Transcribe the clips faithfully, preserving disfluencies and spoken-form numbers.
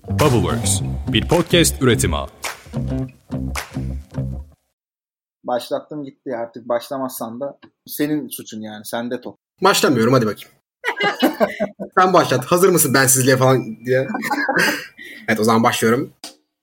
Bubbleworks, bir podcast üretimi. Başlattım gitti, artık başlamazsan da senin suçun yani, sende top. Başlamıyorum, hadi bakayım. Sen başlat. Hazır mısın bensizliğe falan diye. Evet, o zaman başlıyorum.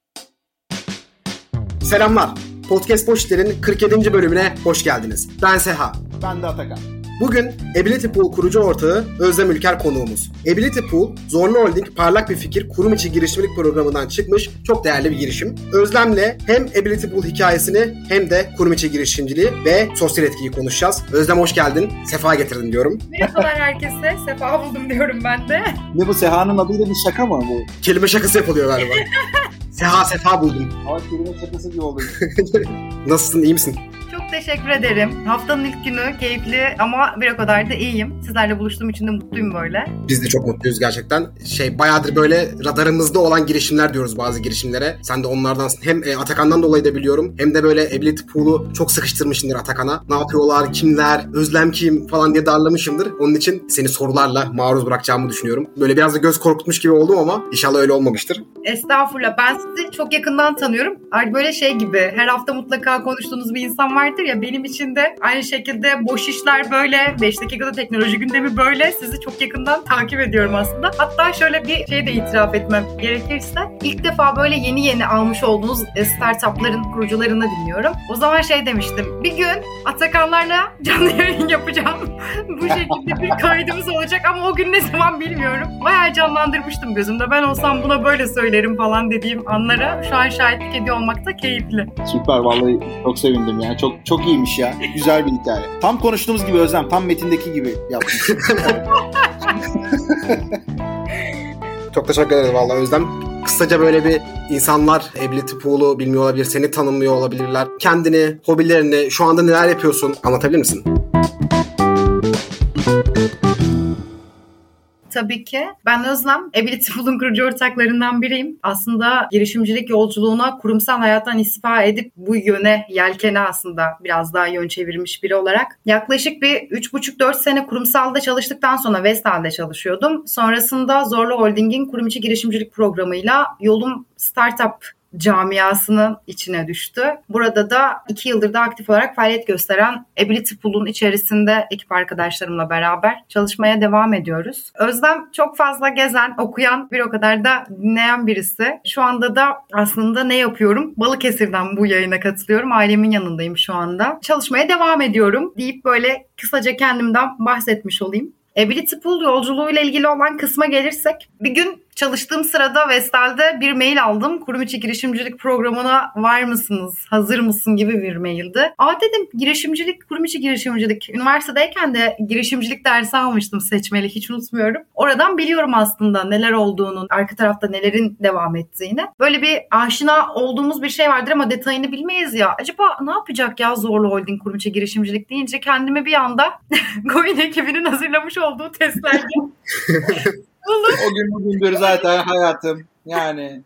Selamlar. Podcast Boşitler'in kırk yedinci bölümüne hoş geldiniz. Ben Seha. Ben de Atakan. Bugün Ability Pool kurucu ortağı Özlem Ülker konuğumuz. Ability Pool, Zorlu Holding parlak bir fikir kurum içi girişimcilik programından çıkmış çok değerli bir girişim. Özlem'le hem Ability Pool hikayesini hem de kurum içi girişimciliği ve sosyal etkiyi konuşacağız. Özlem hoş geldin, sefa getirdin diyorum. Merhabalar herkese, sefa buldum diyorum ben de. Ne bu, Seha'nın adıyla bir şaka mı bu? Kelime şakası yapılıyor galiba. Seha sefa buldum. Ama kelime şakası gibi oldu. Nasılsın, iyi misin? Çok teşekkür ederim. Haftanın ilk günü keyifli ama bir o kadar da iyiyim. Sizlerle buluştuğum için de mutluyum böyle. Biz de çok mutluyuz gerçekten. Şey, bayağıdır böyle radarımızda olan girişimler diyoruz bazı girişimlere. Sen de onlardansın. Hem Atakan'dan dolayı da biliyorum. Hem de böyle Ability Pool'u çok sıkıştırmışsındır Atakan'a. Ne yapıyorlar, kimler, Özlem kim falan diye darlamışımdır. Onun için seni sorularla maruz bırakacağımı düşünüyorum. Böyle biraz da göz korkutmuş gibi oldum ama inşallah öyle olmamıştır. Estağfurullah. Ben sizi çok yakından tanıyorum. Böyle şey gibi, her hafta mutlaka konuştuğunuz bir insan vardır ya, benim için de aynı şekilde boş işler böyle, beş dakikada teknoloji gündemi böyle, sizi çok yakından takip ediyorum aslında. Hatta şöyle bir şey de itiraf etmem gerekirse, ilk defa böyle yeni yeni almış olduğunuz startupların kurucularını dinliyorum. O zaman şey demiştim, bir gün Atakanlarla canlı yayın yapacağım. Bu şekilde bir kaydımız olacak ama o gün ne zaman bilmiyorum. Bayağı canlandırmıştım gözümde. Ben olsam buna böyle söylerim falan dediğim anlara şu an şahitlik ediyor olmak da keyifli. Süper, vallahi çok sevindim yani. Çok çok iyiymiş ya. Güzel bir hikaye. Tam konuştuğumuz gibi Özlem. Tam metindeki gibi yapmış. Çok teşekkür ederim vallahi Özlem. Kısaca böyle bir insanlar Ability Pool'u bilmiyor olabilir, seni tanımıyor olabilirler. Kendini, hobilerini, şu anda neler yapıyorsun anlatabilir misin? Tabii ki. Ben Özlem, Ability Pool'un kurucu ortaklarından biriyim. Aslında girişimcilik yolculuğuna kurumsal hayattan istifa edip bu yöne, yelkene aslında biraz daha yön çevirmiş biri olarak. Yaklaşık bir üç buçuk dört sene kurumsalda çalıştıktan sonra Vestel'de çalışıyordum. Sonrasında Zorlu Holding'in kurum içi girişimcilik programıyla yolum startup camiasının içine düştü. Burada da iki yıldır da aktif olarak faaliyet gösteren Ability Pool'un içerisinde ekip arkadaşlarımla beraber çalışmaya devam ediyoruz. Özlem çok fazla gezen, okuyan, bir o kadar da dinleyen birisi. Şu anda da aslında ne yapıyorum? Balıkesir'den bu yayına katılıyorum. Ailemin yanındayım şu anda. Çalışmaya devam ediyorum deyip böyle kısaca kendimden bahsetmiş olayım. Ability Pool yolculuğuyla ilgili olan kısma gelirsek, bir gün çalıştığım sırada Vestel'de bir mail aldım. Kurum içi girişimcilik programına var mısınız, hazır mısın gibi bir maildi. Aa dedim, girişimcilik, kurum içi girişimcilik. Üniversitedeyken de girişimcilik dersi almıştım, seçmeli, hiç unutmuyorum. Oradan biliyorum aslında neler olduğunu, arka tarafta nelerin devam ettiğini. Böyle bir aşina olduğumuz bir şey vardır ama detayını bilmeyiz ya. Acaba ne yapacak ya Zorlu Holding kurum içi girişimcilik deyince kendimi bir anda Coin ekibinin hazırlamış olduğu testlerde O gün bugündür zaten hayatım yani.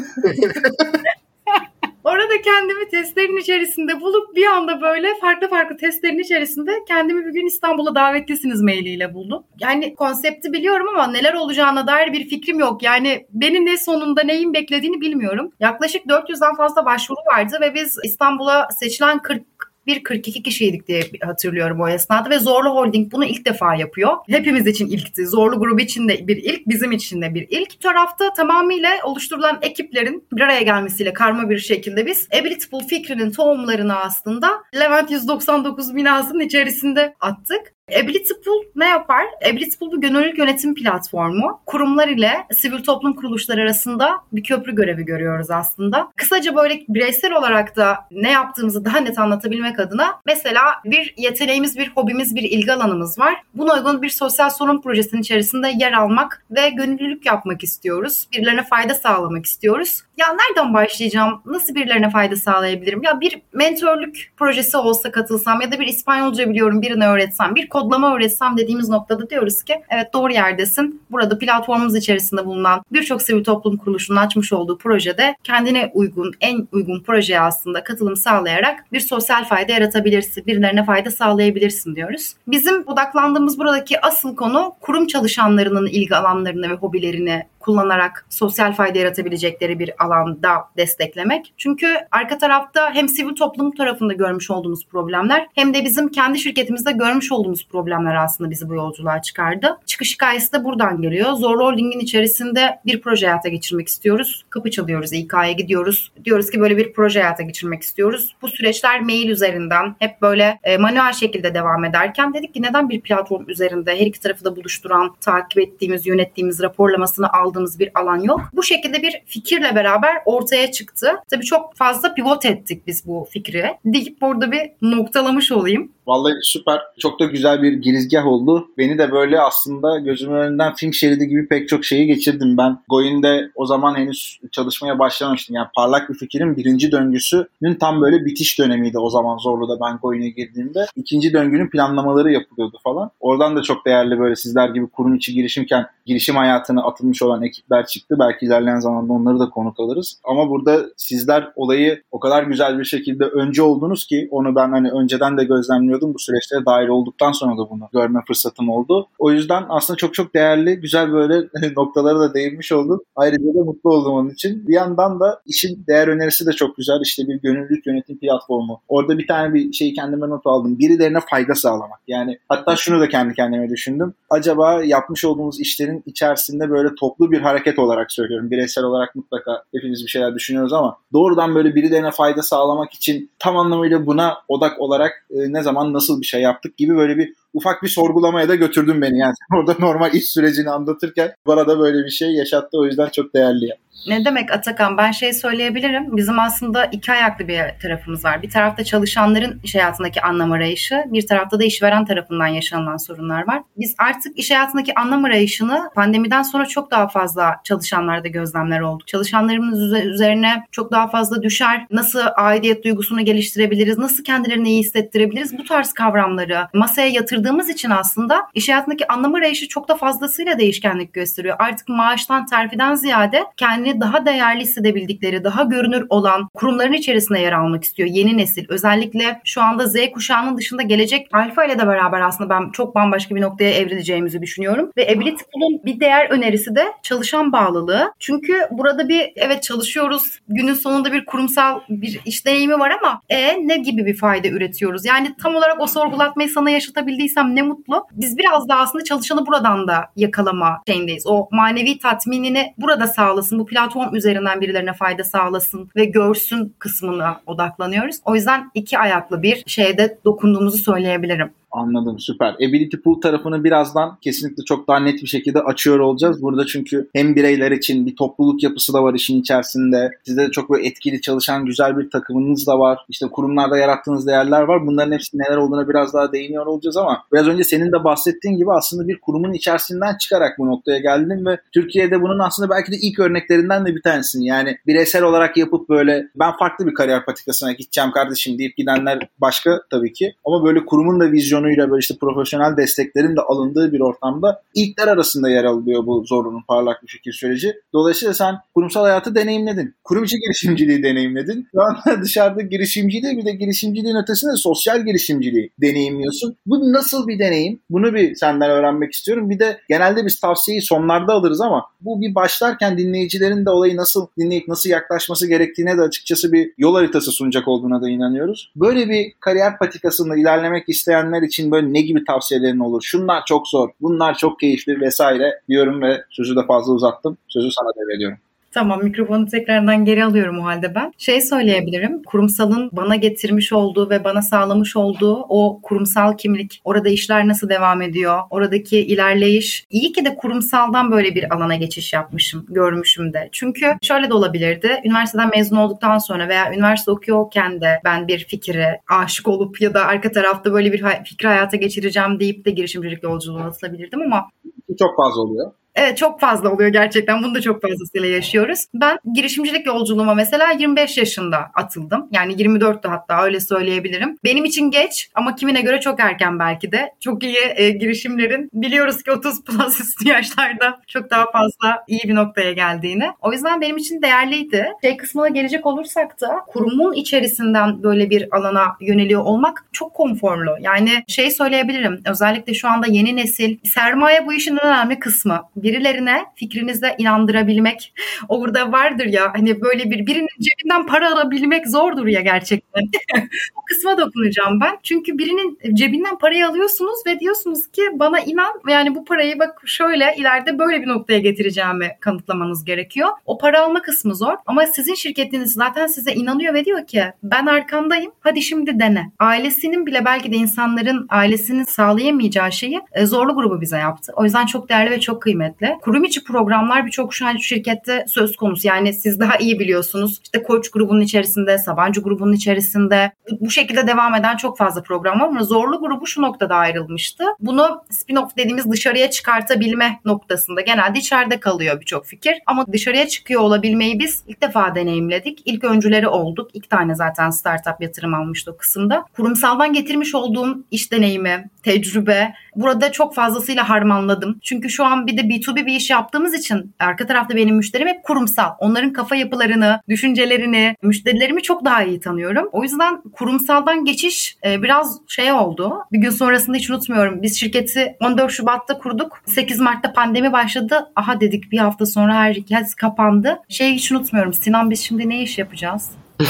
Orada kendimi testlerin içerisinde bulup bir anda böyle farklı farklı testlerin içerisinde kendimi bir gün İstanbul'a davetlisiniz mailiyle buldum. Yani konsepti biliyorum ama neler olacağına dair bir fikrim yok. Yani beni ne sonunda neyin beklediğini bilmiyorum. Yaklaşık dört yüzden fazla başvuru vardı ve biz İstanbul'a seçilen kırk bir kırk iki kişiydik diye hatırlıyorum o esnada ve Zorlu Holding bunu ilk defa yapıyor. Hepimiz için ilkti. Zorlu grubu için de bir ilk, bizim için de bir ilk. Bu tarafta tamamıyla oluşturulan ekiplerin bir araya gelmesiyle karma bir şekilde biz Ability Pool fikrinin tohumlarını aslında Levent yüz doksan dokuz binasının içerisinde attık. Ability Pool ne yapar? Ability Pool bir gönüllülük yönetim platformu. Kurumlar ile sivil toplum kuruluşları arasında bir köprü görevi görüyoruz aslında. Kısaca böyle bireysel olarak da ne yaptığımızı daha net anlatabilmek adına mesela bir yeteneğimiz, bir hobimiz, bir ilgi alanımız var. Buna uygun bir sosyal sorun projesinin içerisinde yer almak ve gönüllülük yapmak istiyoruz. Birilerine fayda sağlamak istiyoruz. Ya nereden başlayacağım? Nasıl birilerine fayda sağlayabilirim? Ya bir mentörlük projesi olsa katılsam ya da bir İspanyolca biliyorum birine öğretsem, bir kodlama öğretsem dediğimiz noktada diyoruz ki evet, doğru yerdesin. Burada platformumuz içerisinde bulunan birçok sivil toplum kuruluşunun açmış olduğu projede kendine uygun, en uygun projeye aslında katılım sağlayarak bir sosyal fayda yaratabilirsin, birilerine fayda sağlayabilirsin diyoruz. Bizim odaklandığımız buradaki asıl konu kurum çalışanlarının ilgi alanlarını ve hobilerini kullanarak sosyal fayda yaratabilecekleri bir alanda desteklemek. Çünkü arka tarafta hem sivil toplum tarafında görmüş olduğumuz problemler hem de bizim kendi şirketimizde görmüş olduğumuz problemler aslında bizi bu yolculuğa çıkardı. Çıkış hikayesi de buradan geliyor. Zorlu Holding'in içerisinde bir proje hayata geçirmek istiyoruz. Kapı çalıyoruz, İK'ya gidiyoruz. Diyoruz ki böyle bir proje hayata geçirmek istiyoruz. Bu süreçler mail üzerinden hep böyle e, manuel şekilde devam ederken dedik ki neden bir platform üzerinde her iki tarafı da buluşturan, takip ettiğimiz, yönettiğimiz, raporlamasını aldığımız bir alan yok. Bu şekilde bir fikirle beraber ortaya çıktı. Tabii çok fazla pivot ettik biz bu fikri deyip burada bir noktalamış olayım. Vallahi süper. Çok da güzel bir girizgah oldu. Beni de böyle aslında gözümün önünden film şeridi gibi pek çok şeyi geçirdim. Ben Goin'de o zaman henüz çalışmaya başlamamıştım. Yani parlak bir fikrin birinci döngüsünün tam böyle bitiş dönemiydi o zaman Zorlu'da ben Goin'e girdiğimde. İkinci döngünün planlamaları yapılıyordu falan. Oradan da çok değerli böyle sizler gibi kurum içi girişimken girişim hayatına atılmış olan ekipler çıktı. Belki ilerleyen zamanda onları da konuk alırız. Ama burada sizler olayı o kadar güzel bir şekilde önce oldunuz ki onu ben hani önceden de gözlemliyordum. Bu süreçlere dahil olduktan sonra da bunu görme fırsatım oldu. O yüzden aslında çok çok değerli, güzel böyle noktalara da değinmiş oldum. Ayrıca da mutlu oldum onun için. Bir yandan da işin değer önerisi de çok güzel. İşte bir gönüllülük yönetim platformu. Orada bir tane bir şeyi kendime not aldım. Birilerine fayda sağlamak. Yani hatta şunu da kendi kendime düşündüm. Acaba yapmış olduğumuz işlerin içerisinde böyle toplu bir hareket olarak söylüyorum. Bireysel olarak mutlaka hepimiz bir şeyler düşünüyoruz ama doğrudan böyle birilerine fayda sağlamak için tam anlamıyla buna odak olarak e, ne zaman nasıl bir şey yaptık gibi böyle bir ufak bir sorgulamaya da götürdün beni. Yani orada normal iş sürecini anlatırken bana da böyle bir şey yaşattı. O yüzden çok değerli. Yani. Ne demek Atakan? Ben şey söyleyebilirim. Bizim aslında iki ayaklı bir tarafımız var. Bir tarafta çalışanların iş hayatındaki anlam arayışı, bir tarafta da işveren tarafından yaşanılan sorunlar var. Biz artık iş hayatındaki anlam arayışını pandemiden sonra çok daha fazla çalışanlarda gözlemler olduk. Çalışanlarımız üzerine çok daha fazla düşer. Nasıl aidiyet duygusunu geliştirebiliriz? Nasıl kendilerini iyi hissettirebiliriz? Bu tarz kavramları masaya yatırdığımız için aslında iş hayatındaki anlam arayışı çok da fazlasıyla değişkenlik gösteriyor. Artık maaştan, terfiden ziyade kendini daha değerli hissedebildikleri, daha görünür olan kurumların içerisinde yer almak istiyor yeni nesil. Özellikle şu anda Z kuşağının dışında gelecek alfa ile de beraber aslında ben çok bambaşka bir noktaya evrileceğimizi düşünüyorum. Ve Ability Pool'un bir değer önerisi de çalışan bağlılığı. Çünkü burada bir evet çalışıyoruz, günün sonunda bir kurumsal bir iş deneyimi var ama e ne gibi bir fayda üretiyoruz? Yani tam olarak o sorgulatmayı sana yaşatabildiysem ne mutlu. Biz biraz da aslında çalışanı buradan da yakalama şeyindeyiz. O manevi tatminini burada sağlasın, bu platform üzerinden birilerine fayda sağlasın ve görsün kısmına odaklanıyoruz. O yüzden iki ayaklı bir şeyde dokunduğumuzu söyleyebilirim. Anladım, süper. Ability Pool tarafını birazdan kesinlikle çok daha net bir şekilde açıyor olacağız. Burada çünkü hem bireyler için bir topluluk yapısı da var işin içerisinde. Sizde de çok böyle etkili çalışan güzel bir takımınız da var. İşte kurumlarda yarattığınız değerler var. Bunların hepsinin neler olduğuna biraz daha değiniyor olacağız ama biraz önce senin de bahsettiğin gibi aslında bir kurumun içerisinden çıkarak bu noktaya geldin ve Türkiye'de bunun aslında belki de ilk örneklerinden de bir tanesin. Yani bireysel olarak yapıp böyle ben farklı bir kariyer patikasına gideceğim kardeşim deyip gidenler başka tabii ki. Ama böyle kurumun da vizyonu böyle işte profesyonel desteklerin de alındığı bir ortamda ilkler arasında yer alıyor bu Zorlu'nun parlak bir fikir süreci. Dolayısıyla sen kurumsal hayatı deneyimledin. Kurum içi girişimciliği deneyimledin. Şu anda dışarıda girişimciliği bir de girişimciliğin ötesinde sosyal girişimciliği deneyimliyorsun. Bu nasıl bir deneyim? Bunu bir senden öğrenmek istiyorum. Bir de genelde biz tavsiyeyi sonlarda alırız ama bu bir başlarken dinleyicilerin de olayı nasıl dinleyip nasıl yaklaşması gerektiğine de açıkçası bir yol haritası sunacak olduğuna da inanıyoruz. Böyle bir kariyer patikasında ilerlemek isteyenler için böyle ne gibi tavsiyelerin olur? Şunlar çok zor, bunlar çok keyifli vesaire diyorum ve sözü de fazla uzattım. Sözü sana devrediyorum. Tamam, mikrofonu tekrardan geri alıyorum o halde ben. Şey söyleyebilirim, kurumsalın bana getirmiş olduğu ve bana sağlamış olduğu o kurumsal kimlik, orada işler nasıl devam ediyor, oradaki ilerleyiş. İyi ki de kurumsaldan böyle bir alana geçiş yapmışım, görmüşüm de. Çünkü şöyle de olabilirdi, üniversiteden mezun olduktan sonra veya üniversite okuyorken de ben bir fikire aşık olup ya da arka tarafta böyle bir fikri hayata geçireceğim deyip de girişimcilik yolculuğuna atılabilirdim ama... Çok fazla oluyor. Evet, çok fazla oluyor gerçekten. Bunu da çok fazlasıyla yaşıyoruz. Ben girişimcilik yolculuğuma mesela yirmi beş yaşında atıldım. Yani yirmi dörtte hatta öyle söyleyebilirim. Benim için geç ama kimine göre çok erken belki de. Çok iyi e, girişimlerin biliyoruz ki otuz plus üstü yaşlarda çok daha fazla iyi bir noktaya geldiğini. O yüzden benim için değerliydi. Şey kısmına gelecek olursak da kurumun içerisinden böyle bir alana yöneliyor olmak çok konforlu. Yani şey söyleyebilirim. Özellikle şu anda yeni nesil sermaye bu işin önemli kısmı. birilerine fikrinize inandırabilmek. Orada vardır ya hani böyle bir birinin cebinden para alabilmek zordur ya gerçekten. O kısma dokunacağım ben. Çünkü birinin cebinden parayı alıyorsunuz ve diyorsunuz ki bana inan yani bu parayı bak şöyle ileride böyle bir noktaya getireceğimi kanıtlamanız gerekiyor. O para alma kısmı zor ama sizin şirketiniz zaten size inanıyor ve diyor ki ben arkandayım hadi şimdi dene. Ailesinin bile belki de insanların ailesinin sağlayamayacağı şeyi Zorlu grubu bize yaptı. O yüzden çok değerli ve çok kıymetli. Kurum içi programlar birçok şu an şirkette söz konusu. Yani siz daha iyi biliyorsunuz. İşte Koç grubunun içerisinde, Sabancı grubunun içerisinde bu şekilde devam eden çok fazla program var ama Zorlu grubu şu noktada ayrılmıştı. Bunu spin-off dediğimiz dışarıya çıkartabilme noktasında genelde içeride kalıyor birçok fikir. Ama dışarıya çıkıyor olabilmeyi biz ilk defa deneyimledik. İlk öncüleri olduk. İlk tane zaten startup yatırım almıştı o kısımda. Kurumsaldan getirmiş olduğum iş deneyimi, tecrübe burada çok fazlasıyla harmanladım. Çünkü şu an bir de B iki B bir iş yaptığımız için arka tarafta benim müşterim hep kurumsal. Onların kafa yapılarını, düşüncelerini, müşterilerimi çok daha iyi tanıyorum. O yüzden kurumsaldan geçiş e, biraz şey oldu. Bir gün sonrasında hiç unutmuyorum. Biz şirketi on dört Şubat'ta kurduk. sekiz Mart'ta pandemi başladı. Aha dedik bir hafta sonra herkes kapandı. Şeyi hiç unutmuyorum. Sinan biz şimdi ne iş yapacağız?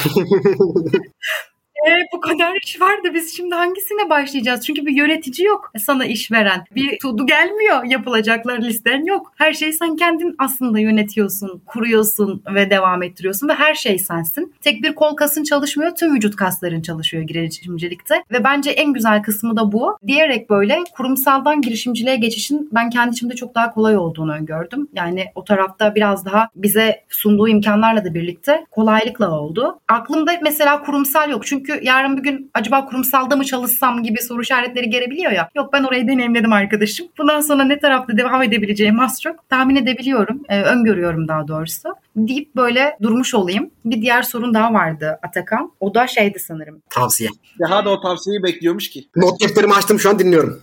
E, bu kadar iş var da biz şimdi hangisine başlayacağız? Çünkü bir yönetici yok sana iş veren. Bir tudu gelmiyor. Yapılacaklar listen yok. Her şeyi sen kendin aslında yönetiyorsun, kuruyorsun ve devam ettiriyorsun ve her şey sensin. Tek bir kol kasın çalışmıyor, tüm vücut kasların çalışıyor girişimcilikte. Ve bence en güzel kısmı da bu. Diyerek böyle kurumsaldan girişimciliğe geçişin ben kendi içimde çok daha kolay olduğunu öngördüm. Yani o tarafta biraz daha bize sunduğu imkanlarla da birlikte kolaylıkla oldu. Aklımda mesela kurumsal yok. Çünkü yarın bir gün acaba kurumsalda mı çalışsam gibi soru işaretleri gelebiliyor ya. Yok ben orayı deneyimledim arkadaşım. Bundan sonra ne tarafta devam edebileceğimi az çok tahmin edebiliyorum. Ee, öngörüyorum daha doğrusu. Deyip böyle durmuş olayım. Bir diğer sorun daha vardı Atakan. O da şeydi sanırım. Tavsiye. Daha da o tavsiyeyi bekliyormuş ki. Not defterimi açtım şu an dinliyorum.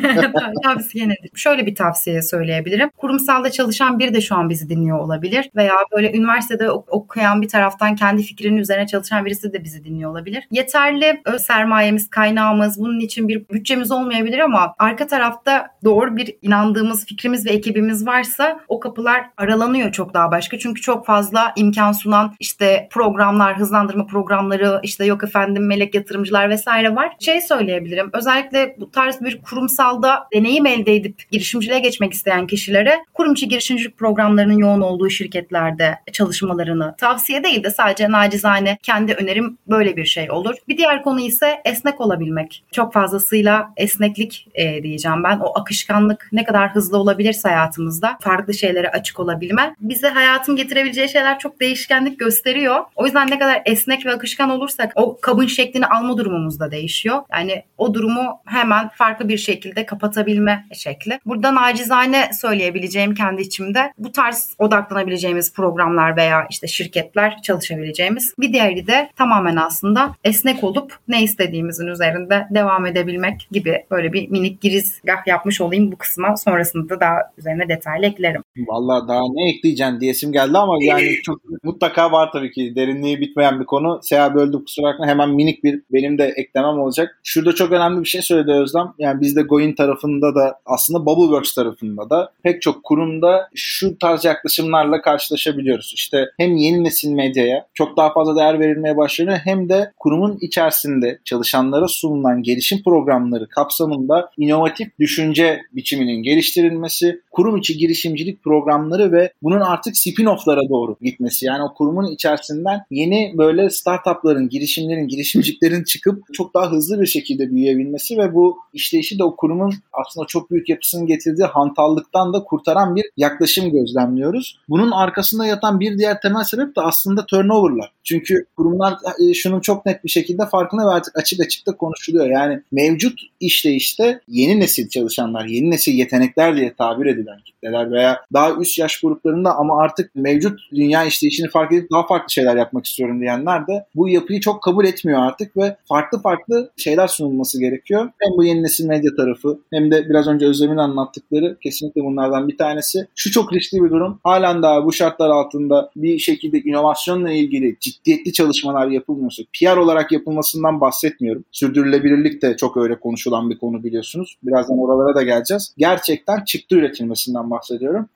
Tavsiye nedir? Şöyle bir tavsiye söyleyebilirim. Kurumsalda çalışan biri de şu an bizi dinliyor olabilir. Veya böyle üniversitede okuyan bir taraftan kendi fikrinin üzerine çalışan birisi de bizi dinliyor olabilir. Yeterli öz sermayemiz, kaynağımız, bunun için bir bütçemiz olmayabilir ama arka tarafta doğru bir inandığımız fikrimiz ve ekibimiz varsa o kapılar aralanıyor çok daha başka. Çünkü çok fazla imkan sunan işte programlar, hızlandırma programları, işte yok efendim melek yatırımcılar vesaire var. Şey söyleyebilirim. Özellikle bu tarz bir kurumsalda deneyim elde edip girişimciliğe geçmek isteyen kişilere kurum içi girişimcilik programlarının yoğun olduğu şirketlerde çalışmalarını tavsiye değil de sadece nacizane kendi önerim böyle bir şey olur. Bir diğer konu ise esnek olabilmek. Çok fazlasıyla esneklik e, diyeceğim ben. O akışkanlık ne kadar hızlı olabilirse hayatımızda farklı şeylere açık olabilme. Bize hayatın getirebileceği şeyler çok değişkenlik gösteriyor. O yüzden ne kadar esnek ve akışkan olursak o kabın şeklini alma durumumuz da değişiyor. Yani o durumu hemen farklı bir şekilde kapatabilme şekli. Burada nacizane söyleyebileceğim kendi içimde bu tarz odaklanabileceğimiz programlar veya işte şirketler çalışabileceğimiz. Bir diğeri de tamamen aslında esnek olup ne istediğimizin üzerinde devam edebilmek gibi böyle bir minik girizgah yapmış olayım bu kısma. Sonrasında da daha üzerine detaylı eklerim. Vallahi daha ne ekleyeceksin diyesim geldi ama yani çok mutlaka var tabii ki. Derinliği bitmeyen bir konu. Seha böldüm kusura bakma. Hemen minik bir benim de eklemem olacak. Şurada çok önemli bir şey söyledi Özlem. Yani biz de Goin tarafında da aslında Bubbleworks tarafında da pek çok kurumda şu tarz yaklaşımlarla karşılaşabiliyoruz. İşte hem yeni nesil medyaya çok daha fazla değer verilmeye başlanıyor hem de kurumun içerisinde çalışanlara sunulan gelişim programları kapsamında inovatif düşünce biçiminin geliştirilmesi, kurum içi girişimcilik programları ve bunun artık spin-off'lara doğru gitmesi. Yani o kurumun içerisinden yeni böyle startupların, girişimlerin, girişimciliklerin çıkıp çok daha hızlı bir şekilde büyüyebilmesi ve bu işleyişi de o kurumun aslında çok büyük yapısının getirdiği hantallıktan da kurtaran bir yaklaşım gözlemliyoruz. Bunun arkasında yatan bir diğer temel sebep de aslında turnover'lar. Çünkü kurumlar şunun çok net bir şekilde farkında ve artık açık açık da konuşuluyor. Yani mevcut işleyişte yeni nesil çalışanlar, yeni nesil yetenekler diye tabir edilen kitleler veya daha üst yaş gruplarında ama artık mevcut dünya işleyişini fark edip daha farklı şeyler yapmak istiyorum diyenler de bu yapıyı çok kabul etmiyor artık ve farklı farklı şeyler sunulması gerekiyor. Hem bu yeni nesil medya tarafı hem de biraz önce Özlem'in anlattıkları kesinlikle bunlardan bir tanesi. Şu çok riskli bir durum. Halen daha bu şartlar altında bir şekilde inovasyonla ilgili ciddiyetli çalışmalar yapılmıyorsa, P R olarak yapılmasından bahsetmiyorum. Sürdürülebilirlik de çok öyle konuşulan bir konu biliyorsunuz. Birazdan oralara da geleceğiz. Gerçekten çıktı üretilmesinden bahsediyorum.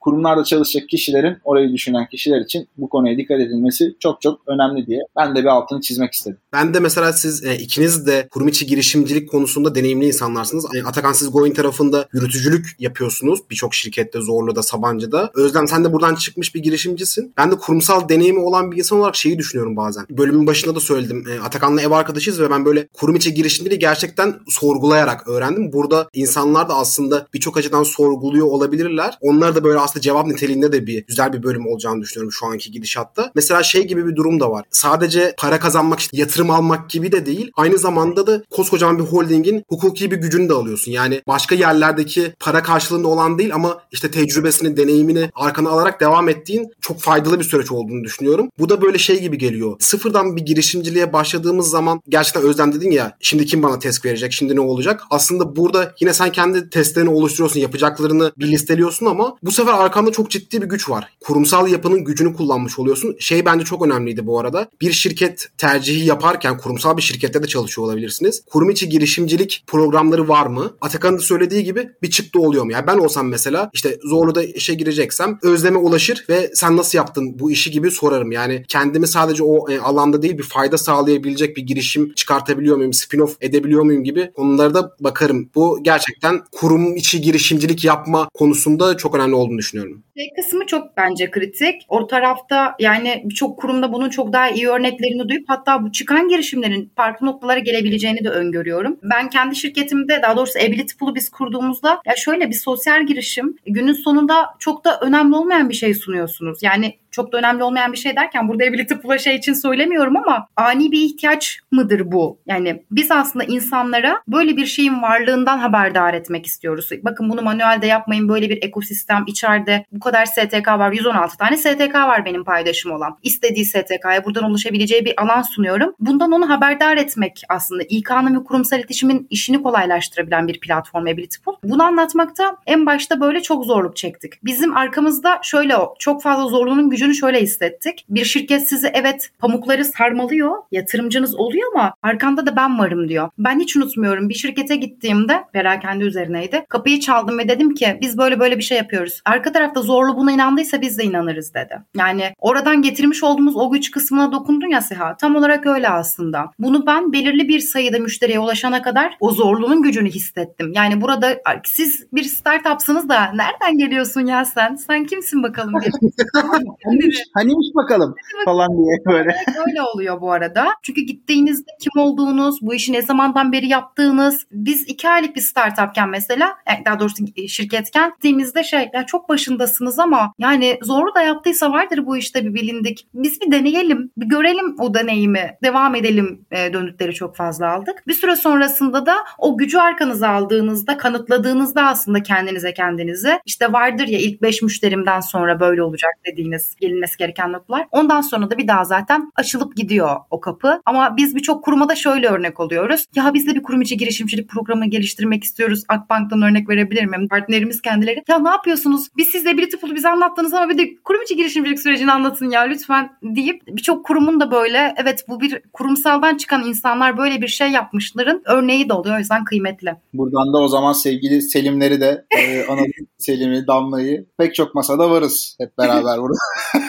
kurumlarda çalışacak kişilerin, orayı düşünen kişiler için bu konuya dikkat edilmesi çok çok önemli diye ben de bir altını çizmek istedim. Ben de mesela siz e, ikiniz de kurum içi girişimcilik konusunda deneyimli insanlarsınız. Yani Atakan, siz Goin tarafında yürütücülük yapıyorsunuz. Birçok şirkette, Zorlu'da, Sabancı'da. Özlem, sen de buradan çıkmış bir girişimcisin. Ben de kurumsal deneyimi olan bir insan olarak şeyi düşünüyorum bazen. Bölümün başında da söyledim. E, Atakan'la ev arkadaşıyız ve ben böyle kurum içi girişimciliği gerçekten sorgulayarak öğrendim. Burada insanlar da aslında birçok açıdan sorguluyor olabilirler. Onlar da böyle aslında cevap niteliğinde de bir güzel bir bölüm olacağını düşünüyorum şu anki gidişatta. Mesela şey gibi bir durum da var. Sadece para kazanmak, işte yatırım almak gibi de değil. Aynı zamanda da koskocaman bir holdingin hukuki bir gücünü de alıyorsun. Yani başka yerlerdeki para karşılığında olan değil ama işte tecrübesini, deneyimini arkana alarak devam ettiğin çok faydalı bir süreç olduğunu düşünüyorum. Bu da böyle şey gibi geliyor. Sıfırdan bir girişimciliğe başladığımız zaman gerçekten Özlem dedin ya, şimdi kim bana test verecek, şimdi ne olacak? Aslında burada yine sen kendi testlerini oluşturuyorsun, yapacaklarını bir listeliyorsun ama bu sefer arkanda çok ciddi bir güç var. Kurumsal yapının gücünü kullanmış oluyorsun. Şey bence çok önemliydi bu arada. Bir şirket tercihi yaparken kurumsal bir şirkette de çalışıyor olabilirsiniz. Kurum içi girişimcilik programları var mı? Atakan'ın da söylediği gibi bir çıktı oluyor mu? Yani ben olsam mesela işte Zorlu'da işe gireceksem Özlem'e ulaşır ve sen nasıl yaptın bu işi gibi sorarım. Yani kendimi sadece o e, alanda değil bir fayda sağlayabilecek bir girişim çıkartabiliyor muyum? Spin-off edebiliyor muyum gibi konulara da bakarım. Bu gerçekten kurum içi girişimcilik yapma konusunda çok önemli olduğunu düşünüyorum. Şey kısmı çok bence kritik. O tarafta yani birçok kurumda bunun çok daha iyi örneklerini duyup hatta bu çıkan girişimlerin farklı noktalara gelebileceğini de öngörüyorum. Ben kendi şirketimde, daha doğrusu Ability Pool'u biz kurduğumuzda ya şöyle bir sosyal girişim, günün sonunda çok da önemli olmayan bir şey sunuyorsunuz. Yani çok da önemli olmayan bir şey derken burada Ability Pool'a şey için söylemiyorum ama ani bir ihtiyaç mıdır bu? Yani biz aslında insanlara böyle bir şeyin varlığından haberdar etmek istiyoruz. Bakın bunu manuelde yapmayın, böyle bir ekosistem içeride bu kadar S T K var, yüz on altı tane S T K var benim paydaşım olan. İstediği S T K'ya buradan ulaşabileceği bir alan sunuyorum. Bundan onu haberdar etmek aslında İK'nın ve kurumsal iletişimin işini kolaylaştırabilen bir platform Ability Pool. Bunu anlatmakta en başta böyle çok zorluk çektik. Bizim arkamızda şöyle çok fazla zorluğunun gücünü şöyle hissettik. Bir şirket sizi evet pamukları sarmalıyor, yatırımcınız oluyor ama arkanda da ben varım diyor. Ben hiç unutmuyorum, bir şirkete gittiğimde perakende üzerineydi. Kapıyı çaldım ve dedim ki biz böyle böyle bir şey yapıyoruz. Arka tarafta Zorlu buna inandıysa biz de inanırız dedi. Yani oradan getirmiş olduğumuz o güç kısmına dokundun ya Seha. Tam olarak öyle aslında. Bunu ben belirli bir sayıda müşteriye ulaşana kadar o Zorlu'nun gücünü hissettim. Yani burada siz bir startupsınız da nereden geliyorsun ya sen? Sen kimsin bakalım diye. Hanimiş, hanimiş bakalım falan diye böyle. Öyle oluyor bu arada. Çünkü gittiğinizde kim olduğunuz, bu işi ne zamandan beri yaptığınız. Biz iki aylık bir startupken mesela, daha doğrusu şirketken gittiğimizde şey, ya çok başındasınız ama yani Zorlu da yaptıysa vardır bu işte bir bilindik. Biz bir deneyelim, bir görelim o deneyimi, devam edelim e, dönütleri çok fazla aldık. Bir süre sonrasında da o gücü arkanıza aldığınızda, kanıtladığınızda aslında kendinize kendinize işte vardır ya ilk beş müşterimden sonra böyle olacak dediğiniz gelinmesi gereken noktalar. Ondan sonra da bir daha zaten açılıp gidiyor o kapı. Ama biz birçok kuruma da şöyle örnek oluyoruz. Ya biz de bir kurum içi girişimcilik programı geliştirmek istiyoruz. Akbank'tan örnek verebilir miyim? Partnerimiz kendileri. Ya ne yapıyorsunuz? Biz siz de Ability Pool'u bize anlattınız ama bir de kurum içi girişimcilik sürecini anlatın ya lütfen deyip birçok kurumun da böyle evet bu bir kurumsaldan çıkan insanlar böyle bir şey yapmışların örneği de oluyor. O yüzden kıymetli. Buradan da o zaman sevgili Selimleri de e, Anadolu Selim'i, Damla'yı pek çok masada varız hep beraber burada.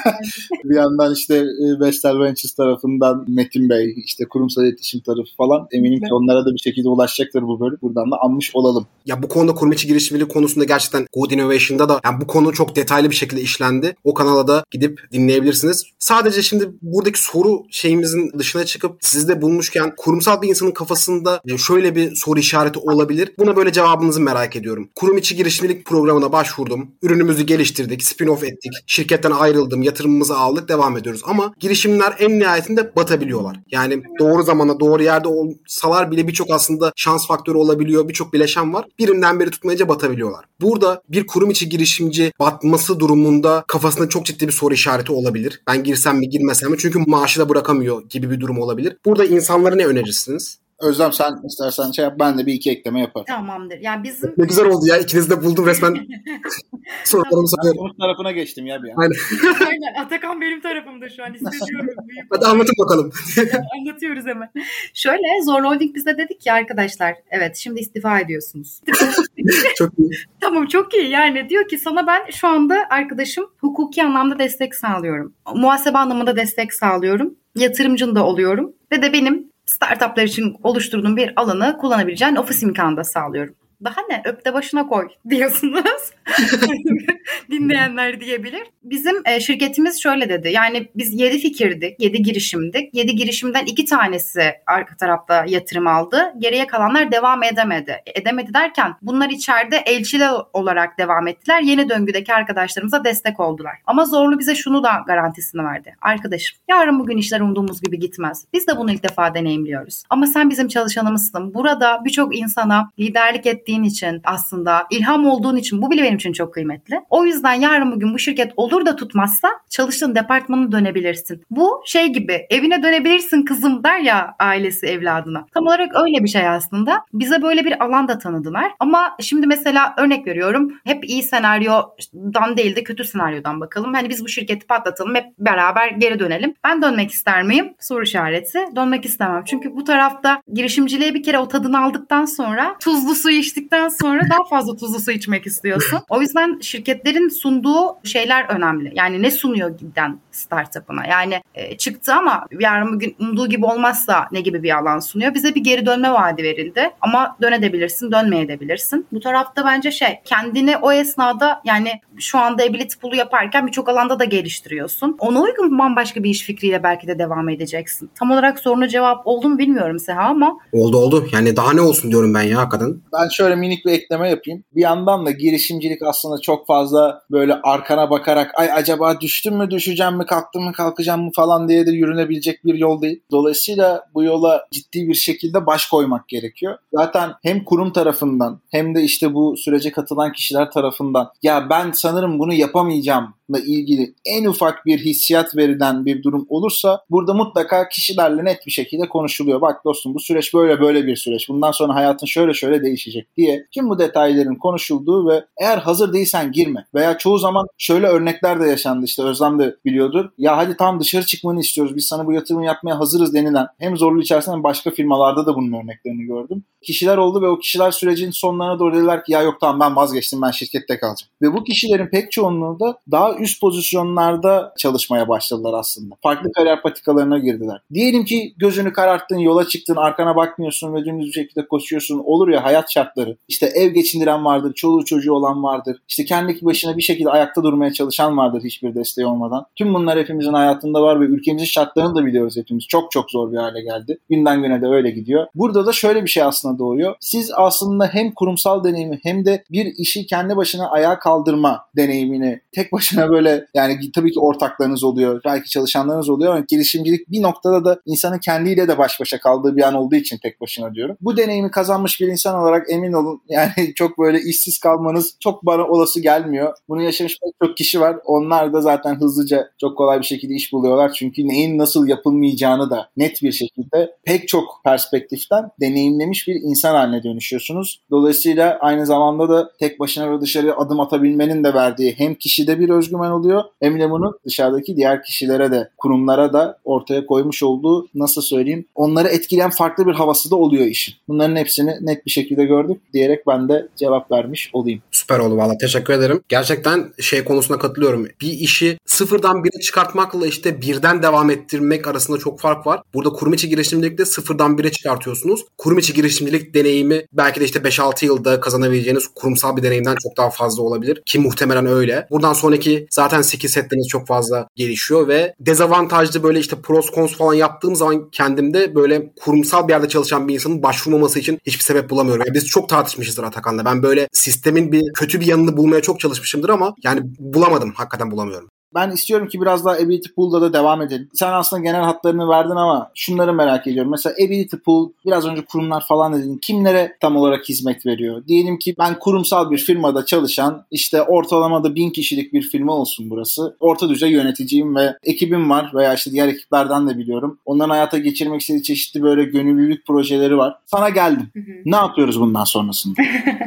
Bir yandan işte Vestel Ventures tarafından Metin Bey, işte kurumsal iletişim tarafı falan. Eminim ki onlara da bir şekilde ulaşacaktır bu bölüm. Buradan da anmış olalım. Ya bu konuda kurum içi girişimcilik konusunda gerçekten Good Innovation'da da yani bu konu çok detaylı bir şekilde işlendi. O kanala da gidip dinleyebilirsiniz. Sadece şimdi buradaki soru şeyimizin dışına çıkıp sizde bulmuşken kurumsal bir insanın kafasında şöyle bir soru işareti olabilir. Buna böyle cevabınızı merak ediyorum. Kurum içi girişimcilik programına başvurdum. Ürünümüzü geliştirdik, spin-off ettik. Şirketten ayrıldım, yatırımımızı aldık, devam ediyoruz. Ama girişimler en nihayetinde batabiliyorlar. Yani doğru zamana, doğru yerde olsalar bile birçok aslında şans faktörü olabiliyor. Birçok bileşen var. Birinden beri tutmayınca batabiliyorlar. Burada bir kurum içi girişimci batması durumunda kafasında çok ciddi bir soru işareti olabilir. Ben girsem mi girmesem mi? Çünkü maaşı da bırakamıyor gibi bir durum olabilir. Burada insanlara ne önerirsiniz? Özlem sen istersen şey yap, ben de bir iki ekleme yaparım. Tamamdır. Yani bizim... Ne güzel oldu ya. İkiniz de buldum resmen. Sorularımı soruyorum. Sonuç tarafına geçtim ya bir an. Aynen. Aynen. Atakan benim tarafımda şu an. İstediyorum. Hadi anlatın bakalım. Anlatıyoruz hemen. Şöyle Zorlu Holding bize dedik ki arkadaşlar evet şimdi istifa ediyorsunuz. Çok iyi. Tamam çok iyi yani diyor ki sana ben şu anda arkadaşım hukuki anlamda destek sağlıyorum. Muhasebe anlamında destek sağlıyorum. Yatırımcın da oluyorum. Ve de benim startuplar için oluşturduğum bir alanı kullanabileceğin ofis imkanı da sağlıyorum. Daha ne? Öp de başına koy diyorsunuz. Dinleyenler diyebilir. Bizim e, şirketimiz şöyle dedi. Yani biz yedi fikirdik, yedi girişimdik. yedi girişimden iki tanesi arka tarafta yatırım aldı. Geriye kalanlar devam edemedi. Edemedi derken bunlar içeride elçiler olarak devam ettiler. Yeni döngüdeki arkadaşlarımıza destek oldular. Ama Zorlu bize şunu da garantisini verdi. Arkadaşım yarın bugün işler umduğumuz gibi gitmez. Biz de bunu ilk defa deneyimliyoruz. Ama sen bizim çalışanımızsın. Burada birçok insana liderlik ettiğin için aslında ilham olduğun için bu bile benim için çok kıymetli. O yüzden yarın bugün bu şirket olur da tutmazsa çalıştığın departmana dönebilirsin. Bu şey gibi evine dönebilirsin kızım der ya ailesi evladına. Tam olarak öyle bir şey aslında. Bize böyle bir alan da tanıdılar. Ama şimdi mesela örnek veriyorum. Hep iyi senaryodan değil de kötü senaryodan bakalım. Hani biz bu şirketi patlatalım. Hep beraber geri dönelim. Ben dönmek ister miyim? Soru işareti. Dönmek istemem. Çünkü bu tarafta girişimciliğe bir kere o tadını aldıktan sonra tuzlu suyu içtikten sonra daha fazla tuzlu su içmek istiyorsun. O yüzden şirketlerin sunduğu şeyler önemli. Yani ne sunuyor giden startup'ına? Yani e, çıktı ama yarın bugün umduğu gibi olmazsa ne gibi bir alan sunuyor? Bize bir geri dönme vaadi verildi. Ama dönebilirsin, dönmeyebilirsin. Bu tarafta bence şey, kendini o esnada yani şu anda Ability Pool'u yaparken birçok alanda da geliştiriyorsun. Ona uygun bambaşka bir iş fikriyle belki de devam edeceksin. Tam olarak soruna cevap oldu mu bilmiyorum Seha ama. Oldu oldu. Yani daha ne olsun diyorum ben ya hakikaten. Ben şöyle minik bir ekleme yapayım. Bir yandan da girişimcilik aslında çok fazla böyle arkana bakarak ay acaba düştüm mü düşeceğim mi kalktım mı kalkacağım mı falan diye de yürünebilecek bir yol değil. Dolayısıyla bu yola ciddi bir şekilde baş koymak gerekiyor. Zaten hem kurum tarafından hem de işte bu sürece katılan kişiler tarafından ya ben sanırım bunu yapamayacağım ilgili en ufak bir hissiyat verilen bir durum olursa burada mutlaka kişilerle net bir şekilde konuşuluyor. Bak dostum bu süreç böyle böyle bir süreç. Bundan sonra hayatın şöyle şöyle değişecek diye tüm bu detayların konuşulduğu ve eğer hazır değilsen girme. Veya çoğu zaman şöyle örnekler de yaşandı işte Özlem de biliyordur. Ya hadi tam dışarı çıkmanı istiyoruz. Biz sana bu yatırımı yapmaya hazırız denilen hem Zorlu içerisinde hem başka firmalarda da bunun örneklerini gördüm. Kişiler oldu ve o kişiler sürecin sonlarına doğru dediler ki ya yok tamam ben vazgeçtim ben şirkette kalacağım. Ve bu kişilerin pek çoğunluğu da daha üst pozisyonlarda çalışmaya başladılar aslında. Farklı kariyer patikalarına girdiler. Diyelim ki gözünü kararttın, yola çıktın, arkana bakmıyorsun ve dümdüz bir şekilde koşuyorsun. Olur ya hayat şartları. İşte ev geçindiren vardır, çoluğu çocuğu olan vardır. İşte kendi başına bir şekilde ayakta durmaya çalışan vardır hiçbir desteği olmadan. Tüm bunlar hepimizin hayatında var ve ülkemizin şartlarını da biliyoruz hepimiz. Çok çok zor bir hale geldi. Günden güne de öyle gidiyor. Burada da şöyle bir şey aslında doğuyor. Siz aslında hem kurumsal deneyimi hem de bir işi kendi başına ayağa kaldırma deneyimini tek başına böyle yani tabii ki ortaklarınız oluyor, belki çalışanlarınız oluyor ama girişimcilik bir noktada da insanın kendiyle de baş başa kaldığı bir an olduğu için tek başına diyorum. Bu deneyimi kazanmış bir insan olarak emin olun yani çok böyle işsiz kalmanız çok bana olası gelmiyor. Bunu yaşamış pek çok kişi var. Onlar da zaten hızlıca çok kolay bir şekilde iş buluyorlar. Çünkü neyin nasıl yapılmayacağını da net bir şekilde pek çok perspektiften deneyimlemiş bir insan haline dönüşüyorsunuz. Dolayısıyla aynı zamanda da tek başına ve dışarıya adım atabilmenin de verdiği hem kişide bir özgüven oluyor hem de bunu dışarıdaki diğer kişilere de kurumlara da ortaya koymuş olduğu nasıl söyleyeyim onları etkileyen farklı bir havası da oluyor işin. Bunların hepsini net bir şekilde gördük diyerek ben de cevap vermiş olayım. Süper oldu valla teşekkür ederim. Gerçekten şey konusuna katılıyorum. Bir işi sıfırdan bire çıkartmakla işte birden devam ettirmek arasında çok fark var. Burada kurum içi girişimcilikte sıfırdan bire çıkartıyorsunuz. Kurum içi girişimcilik deneyimi belki de işte beş altı yılda kazanabileceğiniz kurumsal bir deneyimden çok daha fazla olabilir. Ki muhtemelen öyle. Buradan sonraki zaten skill setleriniz çok fazla gelişiyor ve dezavantajlı böyle işte pros cons falan yaptığım zaman kendimde böyle kurumsal bir yerde çalışan bir insanın başvurmaması için hiçbir sebep bulamıyorum. Yani biz çok tartışmışızdır Atakan'la. Ben böyle sistemin bir kötü bir yanını bulmaya çok çalışmışımdır ama yani bulamadım. Hakikaten bulamıyorum. Ben istiyorum ki biraz daha Ability Pool'da da devam edelim. Sen aslında genel hatlarını verdin ama şunları merak ediyorum. Mesela Ability Pool, biraz önce kurumlar falan dedin. Kimlere tam olarak hizmet veriyor? Diyelim ki ben kurumsal bir firmada çalışan, işte ortalamada bin kişilik bir firma olsun burası. Orta düzey yöneticiyim ve ekibim var veya işte diğer ekiplerden de biliyorum. Onların hayata geçirmek istediği çeşitli böyle gönüllülük projeleri var. Sana geldim. Hı hı. Ne yapıyoruz bundan sonrasında?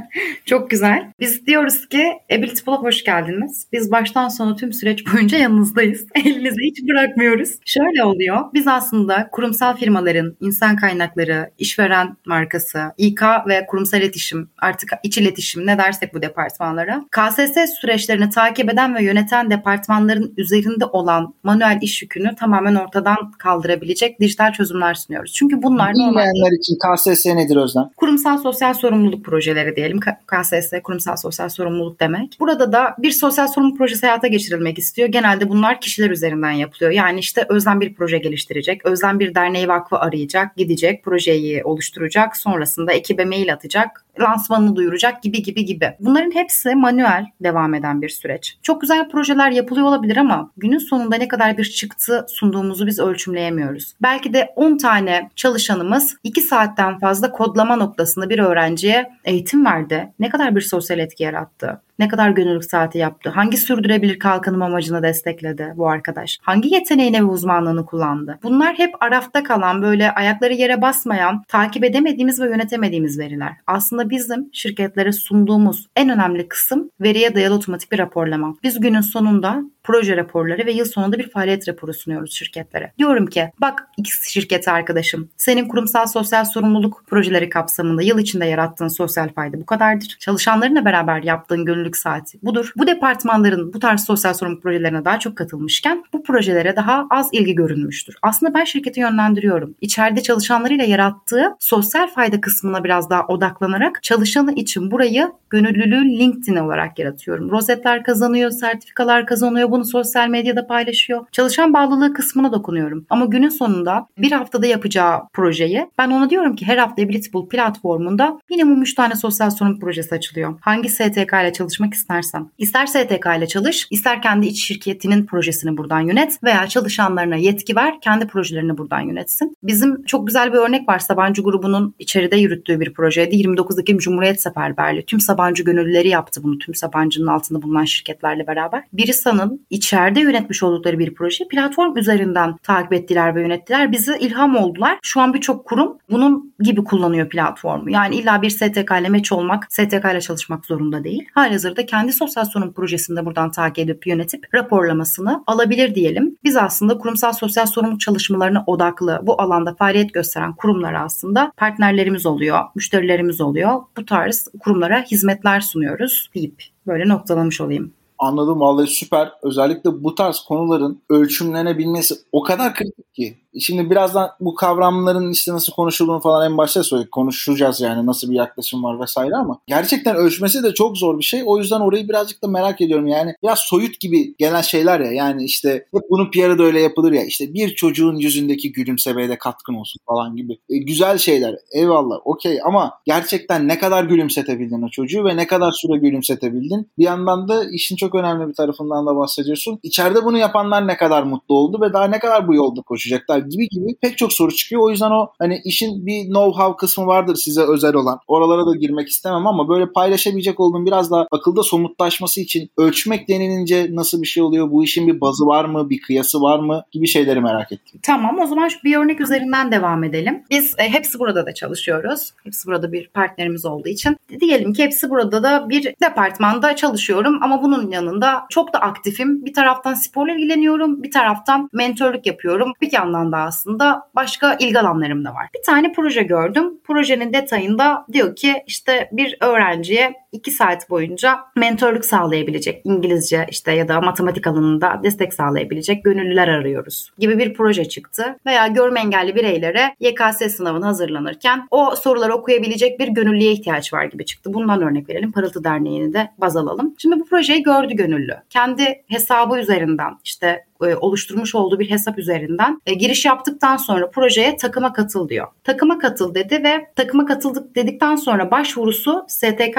Çok güzel. Biz diyoruz ki Ability Pool'a hoş geldiniz. Biz baştan sona tüm süreç boyunca yanınızdayız. Elinizi hiç bırakmıyoruz. Şöyle oluyor. Biz aslında kurumsal firmaların insan kaynakları, işveren markası, İK ve kurumsal iletişim, artık iç iletişim ne dersek bu departmanlara, K S S süreçlerini takip eden ve yöneten departmanların üzerinde olan manuel iş yükünü tamamen ortadan kaldırabilecek dijital çözümler sunuyoruz. Çünkü bunlar bilmeyenler için K S S nedir Özlem? Kurumsal sosyal sorumluluk projeleri diyelim. K S S kurumsal sosyal sorumluluk demek. Burada da bir sosyal sorumluluk projesi hayata geçirilmek istiyor. Genelde bunlar kişiler üzerinden yapılıyor. Yani işte Özlem bir proje geliştirecek. Özlem bir derneği vakfı arayacak, gidecek, projeyi oluşturacak. Sonrasında ekibe mail atacak, lansmanını duyuracak gibi gibi gibi. Bunların hepsi manuel devam eden bir süreç. Çok güzel projeler yapılıyor olabilir ama günün sonunda ne kadar bir çıktı sunduğumuzu biz ölçümleyemiyoruz. Belki de on tane çalışanımız iki saatten fazla kodlama noktasında bir öğrenciye eğitim verdi. Ne kadar bir sosyal etki yarattı? Ne kadar gönüllülük saati yaptı? Hangi sürdürebilir kalkınım amacını destekledi bu arkadaş? Hangi yeteneğini ve uzmanlığını kullandı? Bunlar hep arafta kalan, böyle ayakları yere basmayan, takip edemediğimiz ve yönetemediğimiz veriler. Aslında bizim şirketlere sunduğumuz en önemli kısım veriye dayalı otomatik bir raporlama. Biz günün sonunda proje raporları ve yıl sonunda bir faaliyet raporu sunuyoruz şirketlere. Diyorum ki bak X şirketi arkadaşım, senin kurumsal sosyal sorumluluk projeleri kapsamında yıl içinde yarattığın sosyal fayda bu kadardır. Çalışanlarınla beraber yaptığın gönüllülük saati budur. Bu departmanların bu tarz sosyal sorumluluk projelerine daha çok katılmışken bu projelere daha az ilgi görünmüştür. Aslında ben şirketi yönlendiriyorum. İçeride çalışanlarıyla yarattığı sosyal fayda kısmına biraz daha odaklanarak çalışanı için burayı gönüllülüğü LinkedIn olarak yaratıyorum. Rozetler kazanıyor, sertifikalar kazanıyor, bunu sosyal medyada paylaşıyor. Çalışan bağlılığı kısmına dokunuyorum. Ama günün sonunda bir haftada yapacağı projeyi ben ona diyorum ki her hafta Ability Pool platformunda minimum üç tane sosyal sorumluluk projesi açılıyor. Hangi S T K ile çalışmak istersen. İster S T K ile çalış, ister kendi iç şirketinin projesini buradan yönet veya çalışanlarına yetki ver, kendi projelerini buradan yönetsin. Bizim çok güzel bir örnek var. Sabancı grubunun içeride yürüttüğü bir projeydi. yirmi dokuz Ekim Cumhuriyet Seferberliği. Tüm Sabancı gönüllüleri yaptı bunu. Tüm Sabancı'nın altında bulunan şirketlerle beraber. Birisa'nın içeride yönetmiş oldukları bir proje platform üzerinden takip ettiler ve yönettiler. Bize ilham oldular. Şu an birçok kurum bunun gibi kullanıyor platformu. Yani illa bir S T K ile meç olmak, S T K ile çalışmak zorunda değil. Halihazırda kendi sosyal sorumluluk projesini de buradan takip edip yönetip raporlamasını alabilir diyelim. Biz aslında kurumsal sosyal sorumluluk çalışmalarına odaklı bu alanda faaliyet gösteren kurumlara aslında partnerlerimiz oluyor, müşterilerimiz oluyor. Bu tarz kurumlara hizmetler sunuyoruz deyip böyle noktalamış olayım. Anladım, vallahi süper. Özellikle bu tarz konuların ölçümlenebilmesi o kadar kritik ki. Şimdi birazdan bu kavramların işte nasıl konuşulduğunu falan en başta söyledik. Konuşacağız yani nasıl bir yaklaşım var vesaire ama gerçekten ölçmesi de çok zor bir şey. O yüzden orayı birazcık da merak ediyorum. Yani biraz soyut gibi gelen şeyler ya. Yani işte hep bunun P R'ı da öyle yapılır ya. İşte bir çocuğun yüzündeki gülümsemeye de katkın olsun falan gibi. E, güzel şeyler. Eyvallah. Okey ama gerçekten ne kadar gülümsetebildin o çocuğu ve ne kadar süre gülümsetebildin? Bir yandan da işin çok önemli bir tarafından da bahsediyorsun. İçeride bunu yapanlar ne kadar mutlu oldu ve daha ne kadar bu yolda koşacaklar gibi gibi pek çok soru çıkıyor. O yüzden o hani işin bir know-how kısmı vardır size özel olan. Oralara da girmek istemem ama böyle paylaşabilecek olduğum biraz daha akılda somutlaşması için ölçmek denilince nasıl bir şey oluyor? Bu işin bir bazı var mı? Bir kıyası var mı? Gibi şeyleri merak ettim. Tamam, o zaman şu bir örnek üzerinden devam edelim. Biz e, hepsi burada da çalışıyoruz. Hepsi burada bir partnerimiz olduğu için. Diyelim ki hepsi burada da bir departmanda çalışıyorum ama bunun yanında çok da aktifim. Bir taraftan sporla ilgileniyorum. Bir taraftan mentörlük yapıyorum. Bir yandan da aslında başka ilgi alanlarım da var. Bir tane proje gördüm. Projenin detayında diyor ki işte bir öğrenciye iki saat boyunca mentörlük sağlayabilecek, İngilizce işte ya da matematik alanında destek sağlayabilecek gönüllüler arıyoruz gibi bir proje çıktı. Veya görme engelli bireylere Y K S sınavına hazırlanırken o soruları okuyabilecek bir gönüllüye ihtiyaç var gibi çıktı. Bundan örnek verelim. Parıltı Derneği'ni de baz alalım. Şimdi bu projeyi gördü gönüllü. Kendi hesabı üzerinden işte oluşturmuş olduğu bir hesap üzerinden e, giriş yaptıktan sonra projeye takıma katıl diyor. Takıma katıl dedi ve takıma katıldık dedikten sonra başvurusu S T K tarafından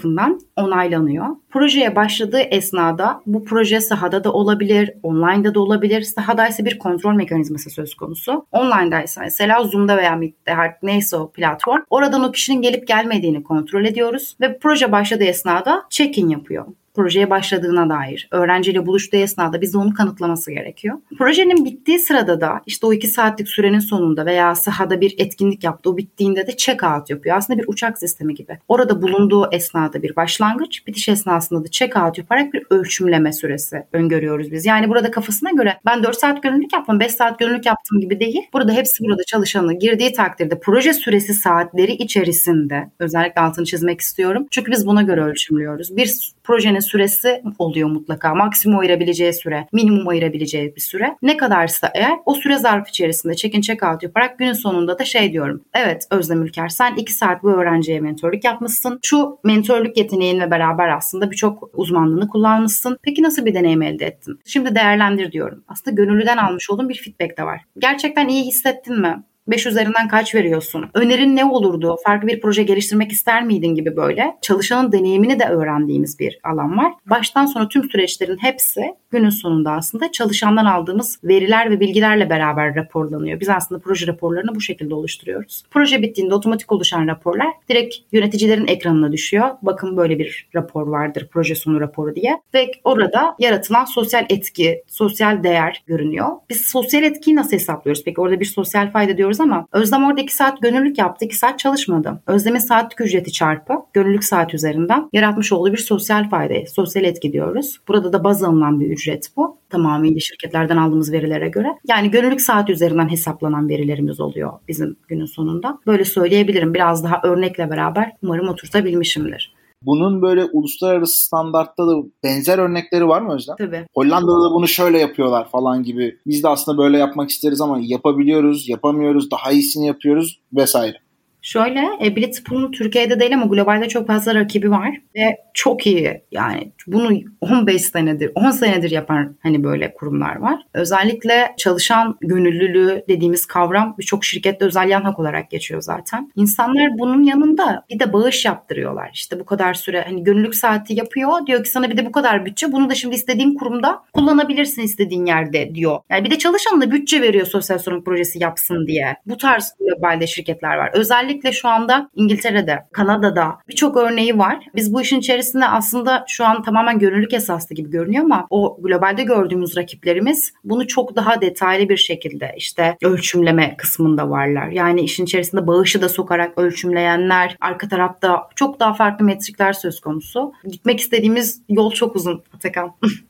tarafından onaylanıyor. Projeye başladığı esnada bu proje sahada da olabilir, online'da da olabilir. Sahada ise bir kontrol mekanizması söz konusu. Online'da ise mesela Zoom'da veya Meet'te artık neyse o platform. Oradan o kişinin gelip gelmediğini kontrol ediyoruz ve proje başladığı esnada check-in yapıyor. Projeye başladığına dair. Öğrenciyle buluştuğu esnada bize onu kanıtlaması gerekiyor. Projenin bittiği sırada da işte o iki saatlik sürenin sonunda veya sahada bir etkinlik yaptı. O bittiğinde de check-out yapıyor. Aslında bir uçak sistemi gibi. Orada bulunduğu esnada bir başlangıç, bitiş esnasında da check-out yaparak bir ölçümleme süresi öngörüyoruz biz. Yani burada kafasına göre ben dört saat gönüllülük yaptım, beş saat gönüllülük yaptım gibi değil. Burada hepsi burada çalışanı girdiği takdirde proje süresi saatleri içerisinde özellikle altını çizmek istiyorum. Çünkü biz buna göre ölçümlüyoruz. Bir projenin süresi oluyor mutlaka. Maksimum ayırabileceği süre, minimum ayırabileceği bir süre. Ne kadarsa eğer o süre zarfı içerisinde check-in check-out yaparak günün sonunda da şey diyorum. Evet Özlem Ülker, sen iki saat bu öğrenciye mentörlük yapmışsın. Şu mentörlük yeteneğinle beraber aslında birçok uzmanlığını kullanmışsın. Peki nasıl bir deneyim elde ettin? Şimdi değerlendir diyorum. Aslında gönüllüden almış olduğum bir feedback de var. Gerçekten iyi hissettin mi? beş üzerinden kaç veriyorsun? Önerin ne olurdu? Farklı bir proje geliştirmek ister miydin gibi böyle. Çalışanın deneyimini de öğrendiğimiz bir alan var. Baştan sona tüm süreçlerin hepsi günün sonunda aslında çalışandan aldığımız veriler ve bilgilerle beraber raporlanıyor. Biz aslında proje raporlarını bu şekilde oluşturuyoruz. Proje bittiğinde otomatik oluşan raporlar direkt yöneticilerin ekranına düşüyor. Bakın böyle bir rapor vardır, proje sonu raporu diye. Ve orada yaratılan sosyal etki, sosyal değer görünüyor. Biz sosyal etkiyi nasıl hesaplıyoruz? Peki orada bir sosyal fayda diyoruz ama Özlem orada iki saat gönüllülük yaptı, iki saat çalışmadı. Özlem'in saatlik ücreti çarpı gönüllülük saat üzerinden yaratmış olduğu bir sosyal faydayı, sosyal etki diyoruz. Burada da baz alınan bir ücret bu. Tamamıyla şirketlerden aldığımız verilere göre. Yani gönüllülük saat üzerinden hesaplanan verilerimiz oluyor bizim günün sonunda. Böyle söyleyebilirim. Biraz daha örnekle beraber umarım oturtabilmişimdir. Bunun böyle uluslararası standartta da benzer örnekleri var mı Özlem? Tabii. Hollanda'da da bunu şöyle yapıyorlar falan gibi. Biz de aslında böyle yapmak isteriz ama yapabiliyoruz, yapamıyoruz, daha iyisini yapıyoruz vesaire. Şöyle, e, Blitzpool'un Türkiye'de değil ama globalde çok fazla rakibi var ve çok iyi. Yani bunu on beş senedir, on senedir yapan hani böyle kurumlar var. Özellikle çalışan gönüllülüğü dediğimiz kavram birçok şirkette özel yan hak olarak geçiyor zaten. İnsanlar bunun yanında bir de bağış yaptırıyorlar. İşte bu kadar süre hani gönüllülük saati yapıyor. Diyor ki sana bir de bu kadar bütçe. Bunu da şimdi istediğin kurumda kullanabilirsin istediğin yerde diyor. Yani bir de çalışan da bütçe veriyor sosyal sorumluluk projesi yapsın diye. Bu tarz globalde şirketler var. Özellikle şu anda İngiltere'de, Kanada'da birçok örneği var. Biz bu işin içerisinde aslında şu an tamamen gönüllülük esaslı gibi görünüyor ama o globalde gördüğümüz rakiplerimiz bunu çok daha detaylı bir şekilde işte ölçümleme kısmında varlar. Yani işin içerisinde bağışı da sokarak ölçümleyenler, arka tarafta çok daha farklı metrikler söz konusu. Gitmek istediğimiz yol çok uzun Atakan.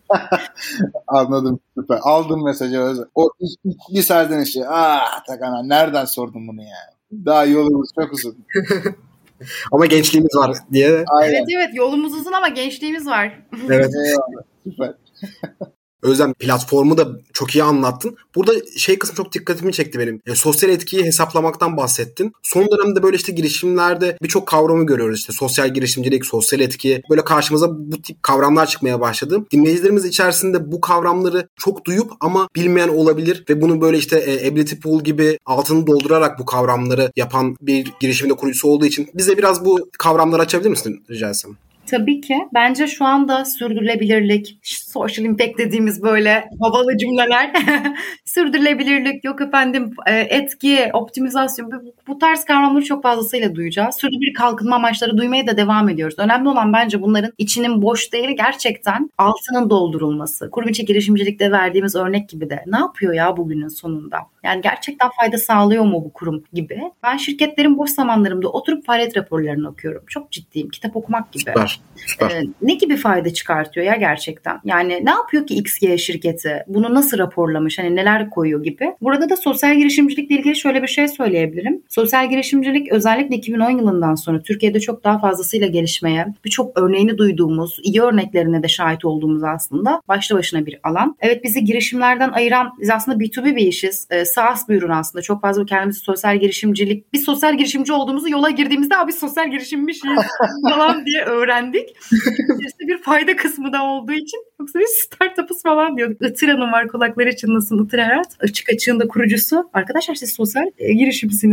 Anladım. Süper. Aldım mesajı. O bir serzenişi. Ah Atakan nereden sordun bunu ya? Daha yolumuz çok uzun. Ama gençliğimiz var diye. Aynen. Evet evet yolumuz uzun ama gençliğimiz var. Evet. Eyvallah. Süper. Özlem platformu da çok iyi anlattın. Burada şey kısmı çok dikkatimi çekti benim. Yani sosyal etkiyi hesaplamaktan bahsettin. Son dönemde böyle işte girişimlerde birçok kavramı görüyoruz. İşte sosyal girişimcilik, sosyal etki. Böyle karşımıza bu tip kavramlar çıkmaya başladı. Dinleyicilerimiz içerisinde bu kavramları çok duyup ama bilmeyen olabilir ve bunu böyle işte e, Ability Pool gibi altını doldurarak bu kavramları yapan bir girişimin de kurucusu olduğu için bize biraz bu kavramları açabilir misin rica etsem? Tabii ki. Bence şu anda sürdürülebilirlik, social impact dediğimiz böyle havalı cümleler, sürdürülebilirlik, yok efendim etki, optimizasyon bu, bu tarz kavramları çok fazlasıyla duyacağız. Sürdürülebilir kalkınma amaçları duymaya da devam ediyoruz. Önemli olan bence bunların içinin boş değil gerçekten altının doldurulması. Kurum içi girişimcilikte verdiğimiz örnek gibi de ne yapıyor ya bugünün sonunda? Yani gerçekten fayda sağlıyor mu bu kurum gibi. Ben şirketlerin boş zamanlarımda oturup faaliyet raporlarını okuyorum. Çok ciddiyim. Kitap okumak gibi. Süper. Süper. Ee, ne gibi fayda çıkartıyor ya gerçekten? Yani ne yapıyor ki X Y şirketi? Bunu nasıl raporlamış? Hani neler koyuyor gibi. Burada da sosyal girişimcilikle ilgili şöyle bir şey söyleyebilirim. Sosyal girişimcilik özellikle iki bin on yılından sonra Türkiye'de çok daha fazlasıyla gelişmeye, birçok örneğini duyduğumuz, iyi örneklerine de şahit olduğumuz aslında başlı başına bir alan. Evet bizi girişimlerden ayıran, biz aslında B iki B bir işiz. Ee, SaaS bir ürün aslında. Çok fazla kendimizi sosyal girişimcilik, biz sosyal girişimci olduğumuzu yola girdiğimizde abi sosyal girişimmişiz falan diye öğrendik. İşte bir fayda kısmı da olduğu için yoksa biz startup'ız falan diyorduk. Itır Hanım var kulakları çınlasın Itır Erat. Açık Açık'ın da kurucusu. Arkadaşlar siz sosyal e, girişimcisiniz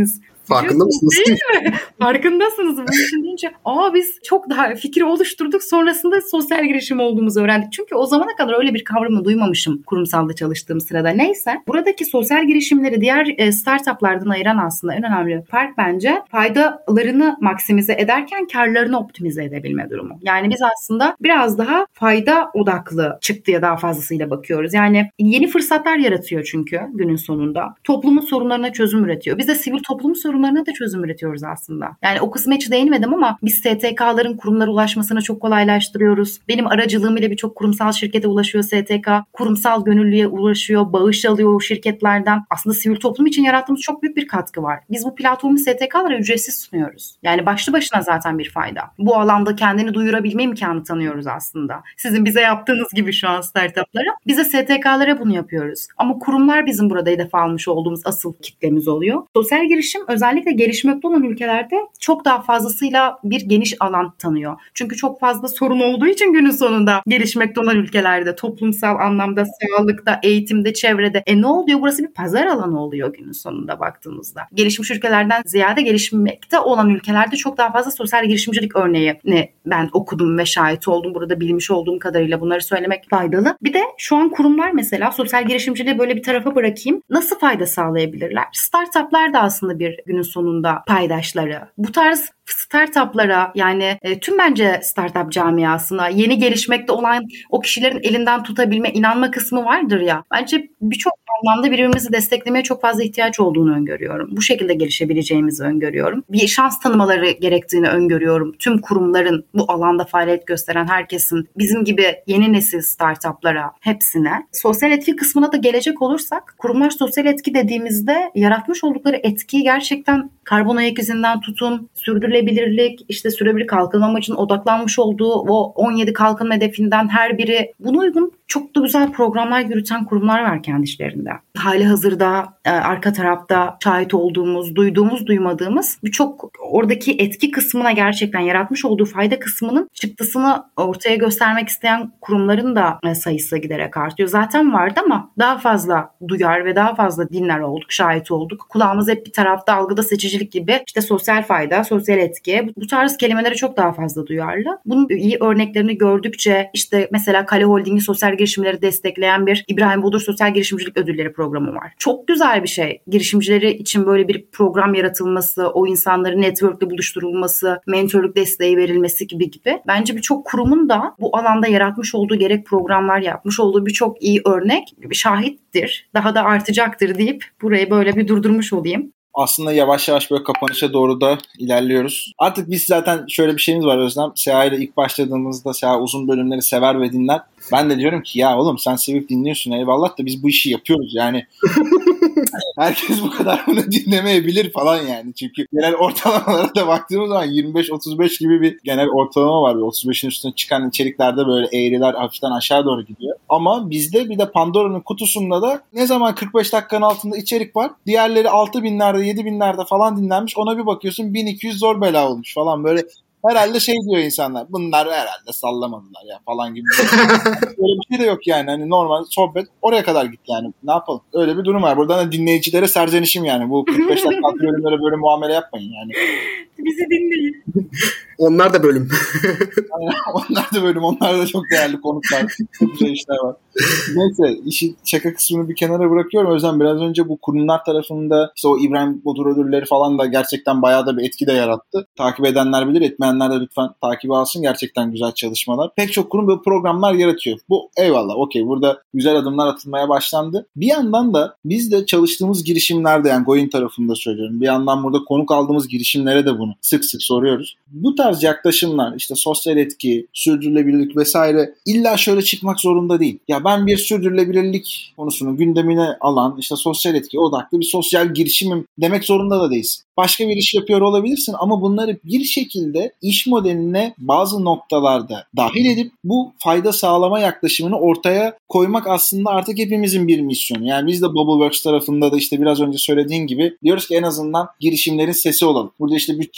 Farkında mısınız? Değil mi? Farkındasınız bu işin deyince. Aa biz çok daha fikri oluşturduk. Sonrasında sosyal girişim olduğumuzu öğrendik. Çünkü o zamana kadar öyle bir kavramı duymamışım kurumsalda çalıştığım sırada. Neyse. Buradaki sosyal girişimleri diğer startuplardan ayıran aslında en önemli fark bence faydalarını maksimize ederken karlarını optimize edebilme durumu. Yani biz aslında biraz daha fayda odaklı çıktıya daha fazlasıyla bakıyoruz. Yani yeni fırsatlar yaratıyor çünkü günün sonunda. Toplumun sorunlarına çözüm üretiyor. Biz de sivil toplum sorunlarına da çözüm üretiyoruz aslında. Yani o kısma hiç değinmedim ama biz S T K'ların kurumlara ulaşmasını çok kolaylaştırıyoruz. Benim aracılığım ile birçok kurumsal şirkete ulaşıyor S T K. Kurumsal gönüllüye ulaşıyor, bağış alıyor o şirketlerden. Aslında sivil toplum için yarattığımız çok büyük bir katkı var. Biz bu platformu S T K'lara ücretsiz sunuyoruz. Yani başlı başına zaten bir fayda. Bu alanda kendini duyurabilme imkanı tanıyoruz aslında. Sizin bize yaptığınız gibi şu an startuplara. Biz de S T K'lara bunu yapıyoruz. Ama kurumlar bizim burada hedef almış olduğumuz asıl kitlemiz oluyor. Sosyal girişim özellikle gelişmekte olan ülkelerde çok daha fazlasıyla bir geniş alan tanıyor. Çünkü çok fazla sorun olduğu için günün sonunda gelişmekte olan ülkelerde toplumsal anlamda, sağlıkta, eğitimde, çevrede e ne oluyor? Burası bir pazar alanı oluyor günün sonunda baktığımızda. Gelişmiş ülkelerden ziyade gelişmekte olan ülkelerde çok daha fazla sosyal girişimcilik örneğini ben okudum ve şahit oldum. Burada bilmiş olduğum kadarıyla bunları söylemek faydalı. Bir de şu an kurumlar mesela sosyal girişimciliği böyle bir tarafa bırakayım. Nasıl fayda sağlayabilirler? Startuplar da aslında bir günün sonunda paydaşları. Bu tarz startuplara yani e, tüm bence startup camiasına yeni gelişmekte olan o kişilerin elinden tutabilme, inanma kısmı vardır ya. Bence birçok anlamda birbirimizi desteklemeye çok fazla ihtiyaç olduğunu öngörüyorum. Bu şekilde gelişebileceğimizi öngörüyorum. Bir şans tanımaları gerektiğini öngörüyorum. Tüm kurumların, bu alanda faaliyet gösteren herkesin, bizim gibi yeni nesil startuplara, hepsine. Sosyal etki kısmına da gelecek olursak, kurumlar sosyal etki dediğimizde yaratmış oldukları etkiyi gerçekten karbon ayak izinden tutun, sürdürülebilirlik, işte sürdürülebilir kalkınma amacının odaklanmış olduğu o on yedi kalkınma hedefinden her biri buna uygun çok da güzel programlar yürüten kurumlar var kendi işlerinde. Hali hazırda e, arka tarafta şahit olduğumuz, duyduğumuz, duymadığımız birçok oradaki etki kısmına gerçekten yaratmış olduğu fayda kısmının çıktısını ortaya göstermek isteyen kurumların da e, sayısı giderek artıyor. Zaten vardı ama daha fazla duyar ve daha fazla dinler olduk, şahit olduk. Kulağımız hep bir tarafta algıda seçicilik gibi işte sosyal fayda, sosyal etki bu tarz kelimeleri çok daha fazla duyarlı. Bunun iyi örneklerini gördükçe işte mesela Kale Holding'i sosyal girişimleri destekleyen bir İbrahim Bodur Sosyal Girişimcilik Ödülleri programı var. Çok güzel bir şey. Girişimcileri için böyle bir program yaratılması, o insanların network'le buluşturulması, mentörlük desteği verilmesi gibi gibi. Bence birçok kurumun da bu alanda yaratmış olduğu gerek programlar yapmış olduğu birçok iyi örnek bir şahittir. Daha da artacaktır deyip burayı böyle bir durdurmuş olayım. Aslında yavaş yavaş böyle kapanışa doğru da ilerliyoruz. Artık biz zaten şöyle bir şeyimiz var Özlem. Seha ile ilk başladığımızda Seha uzun bölümleri sever ve dinler. Ben de diyorum ki ya oğlum sen sevip dinliyorsun eyvallah da biz bu işi yapıyoruz yani. Herkes bu kadar bunu dinlemeyebilir falan yani. Çünkü genel ortalamalara da baktığımız zaman yirmi beş otuz beş gibi bir genel ortalama var. otuz beşin üstüne çıkan içeriklerde böyle eğriler hafiften aşağı doğru gidiyor. Ama bizde bir de Pandora'nın kutusunda da ne zaman kırk beş dakikanın altında içerik var. Diğerleri altı binlerde yedi binlerde falan dinlenmiş. Ona bir bakıyorsun bin iki yüz zor bela olmuş falan böyle. Herhalde şey diyor insanlar. Bunlar herhalde sallamadılar ya falan gibi. Öyle bir şey de yok yani. Hani normal sohbet oraya kadar gitti yani. Ne yapalım? Öyle bir durum var. Buradan da dinleyicilere serzenişim yani. Bu kırk beş dakika bölümlere böyle muamele yapmayın yani. Bizi dinleyin. Onlar da bölüm. Aynen, onlar da bölüm. Onlar da çok değerli konuklar. Çok güzel işler var. Neyse işi şaka kısmını bir kenara bırakıyorum. O yüzden biraz önce bu kurumlar tarafında işte o İbrahim Bodur ödülleri falan da gerçekten bayağı da bir etki de yarattı. Takip edenler bilir, etmeyenler de lütfen takibe alsın. Gerçekten güzel çalışmalar. Pek çok kurum böyle programlar yaratıyor. Bu eyvallah okey. Burada güzel adımlar atılmaya başlandı. Bir yandan da biz de çalıştığımız girişimlerde yani Goin tarafında söylüyorum. Bir yandan burada konuk aldığımız girişimlere de bunu sık sık soruyoruz. Bu tarz yaklaşımlar işte sosyal etki, sürdürülebilirlik vesaire illa şöyle çıkmak zorunda değil. Ya ben bir sürdürülebilirlik konusunu gündemine alan işte sosyal etki odaklı bir sosyal girişimim demek zorunda da değilsin. Başka bir iş yapıyor olabilirsin ama bunları bir şekilde iş modeline bazı noktalarda dahil edip bu fayda sağlama yaklaşımını ortaya koymak aslında artık hepimizin bir misyonu. Yani biz de Bubbleworks tarafında da işte biraz önce söylediğin gibi diyoruz ki en azından girişimlerin sesi olalım. Burada işte bütçe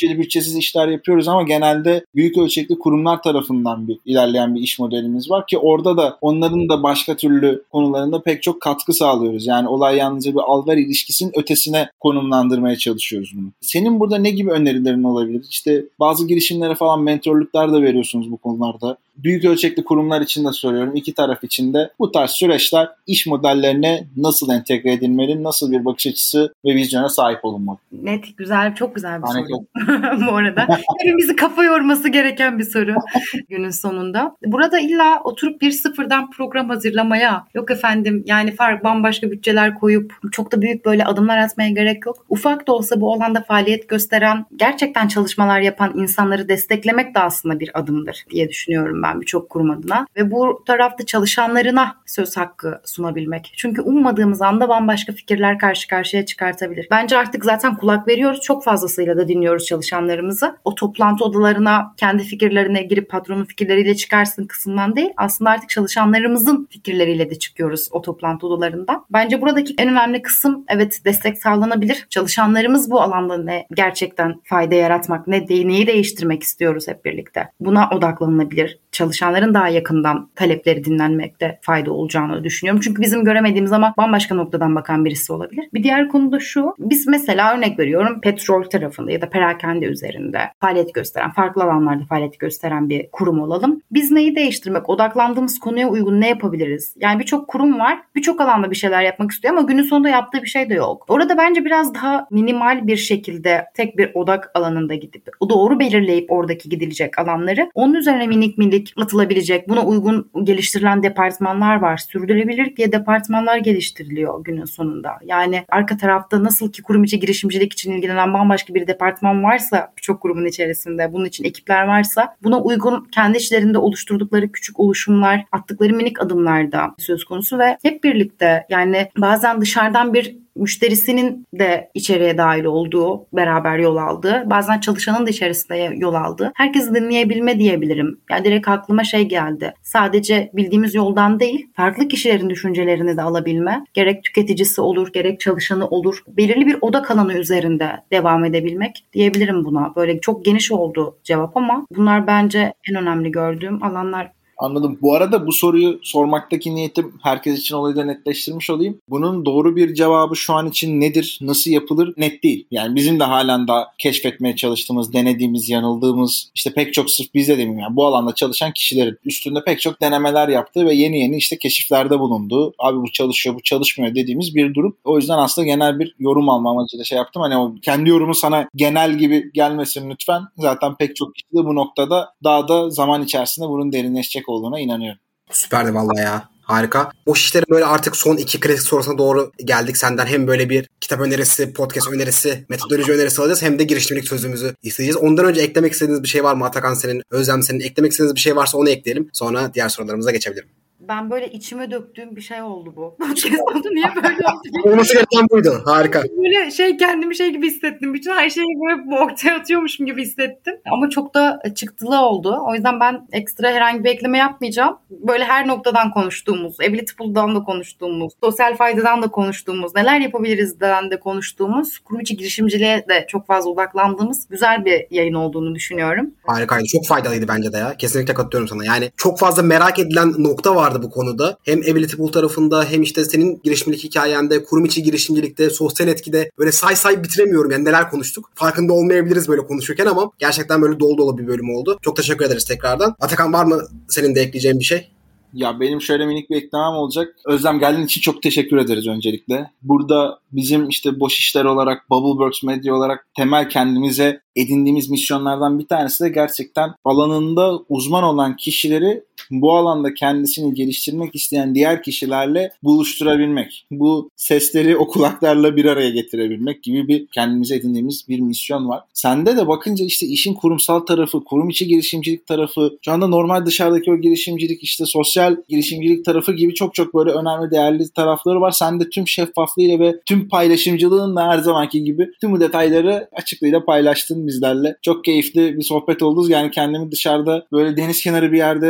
bütçeli bütçesiz işler yapıyoruz ama genelde büyük ölçekli kurumlar tarafından bir ilerleyen bir iş modelimiz var ki orada da onların da başka türlü konularında pek çok katkı sağlıyoruz. Yani olay yalnızca bir al-ver ilişkisinin ötesine konumlandırmaya çalışıyoruz bunu. Senin burada ne gibi önerilerin olabilir? İşte bazı girişimlere falan mentorluklar da veriyorsunuz bu konularda. Büyük ölçekli kurumlar için de soruyorum. İki taraf için de bu tarz süreçler iş modellerine nasıl entegre edilmeli? Nasıl bir bakış açısı ve vizyona sahip olunmalı? Net, güzel, çok güzel bir Hani soru bu arada. Hepimizi kafa yorması gereken bir soru günün sonunda. Burada illa oturup bir sıfırdan program hazırlamaya, yok efendim yani fark bambaşka bütçeler koyup çok da büyük böyle adımlar atmaya gerek yok. Ufak da olsa bu alanda faaliyet gösteren, gerçekten çalışmalar yapan insanları desteklemek de aslında bir adımdır diye düşünüyorum ben birçok kurum adına. Ve bu tarafta çalışanlarına söz hakkı sunabilmek. Çünkü ummadığımız anda bambaşka fikirler karşı karşıya çıkartabilir. Bence artık zaten kulak veriyoruz. Çok fazlasıyla da dinliyoruz çalışanlarımızı. O toplantı odalarına kendi fikirlerine girip patronun fikirleriyle çıkarsın kısmından değil. Aslında artık çalışanlarımızın fikirleriyle de çıkıyoruz o toplantı odalarından. Bence buradaki en önemli kısım evet destek sağlanabilir. Çalışanlarımız bu alanda ne gerçekten fayda yaratmak, ne de, neyi değiştirmek istiyoruz hep birlikte. Buna odaklanılabilir. Çalışanların daha yakından talepleri dinlenmekte fayda olacağını düşünüyorum. Çünkü bizim göremediğimiz ama bambaşka noktadan bakan birisi olabilir. Bir diğer konu da şu. Biz mesela örnek veriyorum petrol tarafında ya da perakende üzerinde faaliyet gösteren, farklı alanlarda faaliyet gösteren bir kurum olalım. Biz neyi değiştirmek, odaklandığımız konuya uygun ne yapabiliriz? Yani birçok kurum var. Birçok alanda bir şeyler yapmak istiyor ama günün sonunda yaptığı bir şey de yok. Orada bence biraz daha minimal bir şekilde tek bir odak alanında gidip o doğru belirleyip oradaki gidilecek alanları onun üzerine minik minik atılabilecek, buna uygun geliştirilen departmanlar var. Sürdürülebilir diye departmanlar geliştiriliyor günün sonunda. Yani arka tarafta nasıl ki kurum içi girişimcilik için ilgilenen bambaşka bir departman varsa birçok kurumun içerisinde bunun için ekipler varsa buna uygun kendi içlerinde oluşturdukları küçük oluşumlar, attıkları minik adımlar da söz konusu ve hep birlikte yani bazen dışarıdan bir müşterisinin de içeriye dahil olduğu, beraber yol aldığı, bazen çalışanın da içerisinde yol aldığı, herkesi dinleyebilme diyebilirim. Yani direkt aklıma şey geldi. Sadece bildiğimiz yoldan değil, farklı kişilerin düşüncelerini de alabilme, gerek tüketicisi olur, gerek çalışanı olur, belirli bir odak alanı üzerinde devam edebilmek diyebilirim buna. Böyle çok geniş oldu cevap ama bunlar bence en önemli gördüğüm alanlar. Anladım. Bu arada bu soruyu sormaktaki niyetim herkes için olayı da netleştirmiş olayım. Bunun doğru bir cevabı şu an için nedir, nasıl yapılır net değil. Yani bizim de halen daha keşfetmeye çalıştığımız, denediğimiz, yanıldığımız işte pek çok sırf bizde demeyeyim yani bu alanda çalışan kişilerin üstünde pek çok denemeler yaptığı ve yeni yeni işte keşiflerde bulunduğu, abi bu çalışıyor, bu çalışmıyor dediğimiz bir durum. O yüzden aslında genel bir yorum alma amacıyla şey yaptım. Hani o kendi yorumu sana genel gibi gelmesin lütfen. Zaten pek çok kişi de bu noktada daha da zaman içerisinde bunun derinleşecek olduğuna inanıyorum. Süperdi vallahi ya. Harika. Boş işlerin böyle artık son iki klasik sorusuna doğru geldik. Senden hem böyle bir kitap önerisi, podcast önerisi, metodoloji önerisi alacağız hem de girişimcilik sözümüzü isteyeceğiz. Ondan önce eklemek istediğiniz bir şey var mı Atakan senin, Özlem senin? Eklemek istediğiniz bir şey varsa onu ekleyelim. Sonra diğer sorularımıza geçebilirim. Ben böyle içime döktüğüm bir şey oldu bu. Podcast oldu niye böyle oldu? Olması gereken buydu. Harika. Böyle şey kendimi şey gibi hissettim. Bütün her şeyi böyle ortaya atıyormuşum gibi hissettim. Ama çok da çıktılı oldu. O yüzden ben ekstra herhangi bir ekleme yapmayacağım. Böyle her noktadan konuştuğumuz, Ability Pool'dan da konuştuğumuz, sosyal faydadan da konuştuğumuz, neler yapabilirizden de konuştuğumuz, kurum içi girişimciliğe de çok fazla odaklandığımız güzel bir yayın olduğunu düşünüyorum. Harikaydı. Çok faydalıydı bence de ya. Kesinlikle katılıyorum sana. Yani çok fazla merak edilen nokta vardı bu konuda. Hem Ability Pool tarafında hem işte senin girişimcilik hikayende, kurum içi girişimcilikte, sosyal etkide böyle say say bitiremiyorum. Yani neler konuştuk. Farkında olmayabiliriz böyle konuşurken ama gerçekten böyle dolu dolu bir bölüm oldu. Çok teşekkür ederiz tekrardan. Atakan var mı senin de ekleyeceğin bir şey? Ya benim şöyle minik bir eklemem olacak. Özlem geldiğin için çok teşekkür ederiz öncelikle. Burada bizim işte boş işler olarak, Bubbleworks Medya olarak temel kendimize edindiğimiz misyonlardan bir tanesi de gerçekten alanında uzman olan kişileri bu alanda kendisini geliştirmek isteyen diğer kişilerle buluşturabilmek. Bu sesleri o kulaklarla bir araya getirebilmek gibi bir kendimize edindiğimiz bir misyon var. Sende de bakınca işte işin kurumsal tarafı, kurum içi girişimcilik tarafı, şu anda normal dışarıdaki o girişimcilik işte sosyal girişimcilik tarafı gibi çok çok böyle önemli değerli tarafları var. Sen de tüm şeffaflığıyla ve tüm paylaşımcılığınla her zamanki gibi tüm bu detayları açıklığıyla paylaştın bizlerle. Çok keyifli bir sohbet oldu. Yani kendimi dışarıda böyle deniz kenarı bir yerde bir bira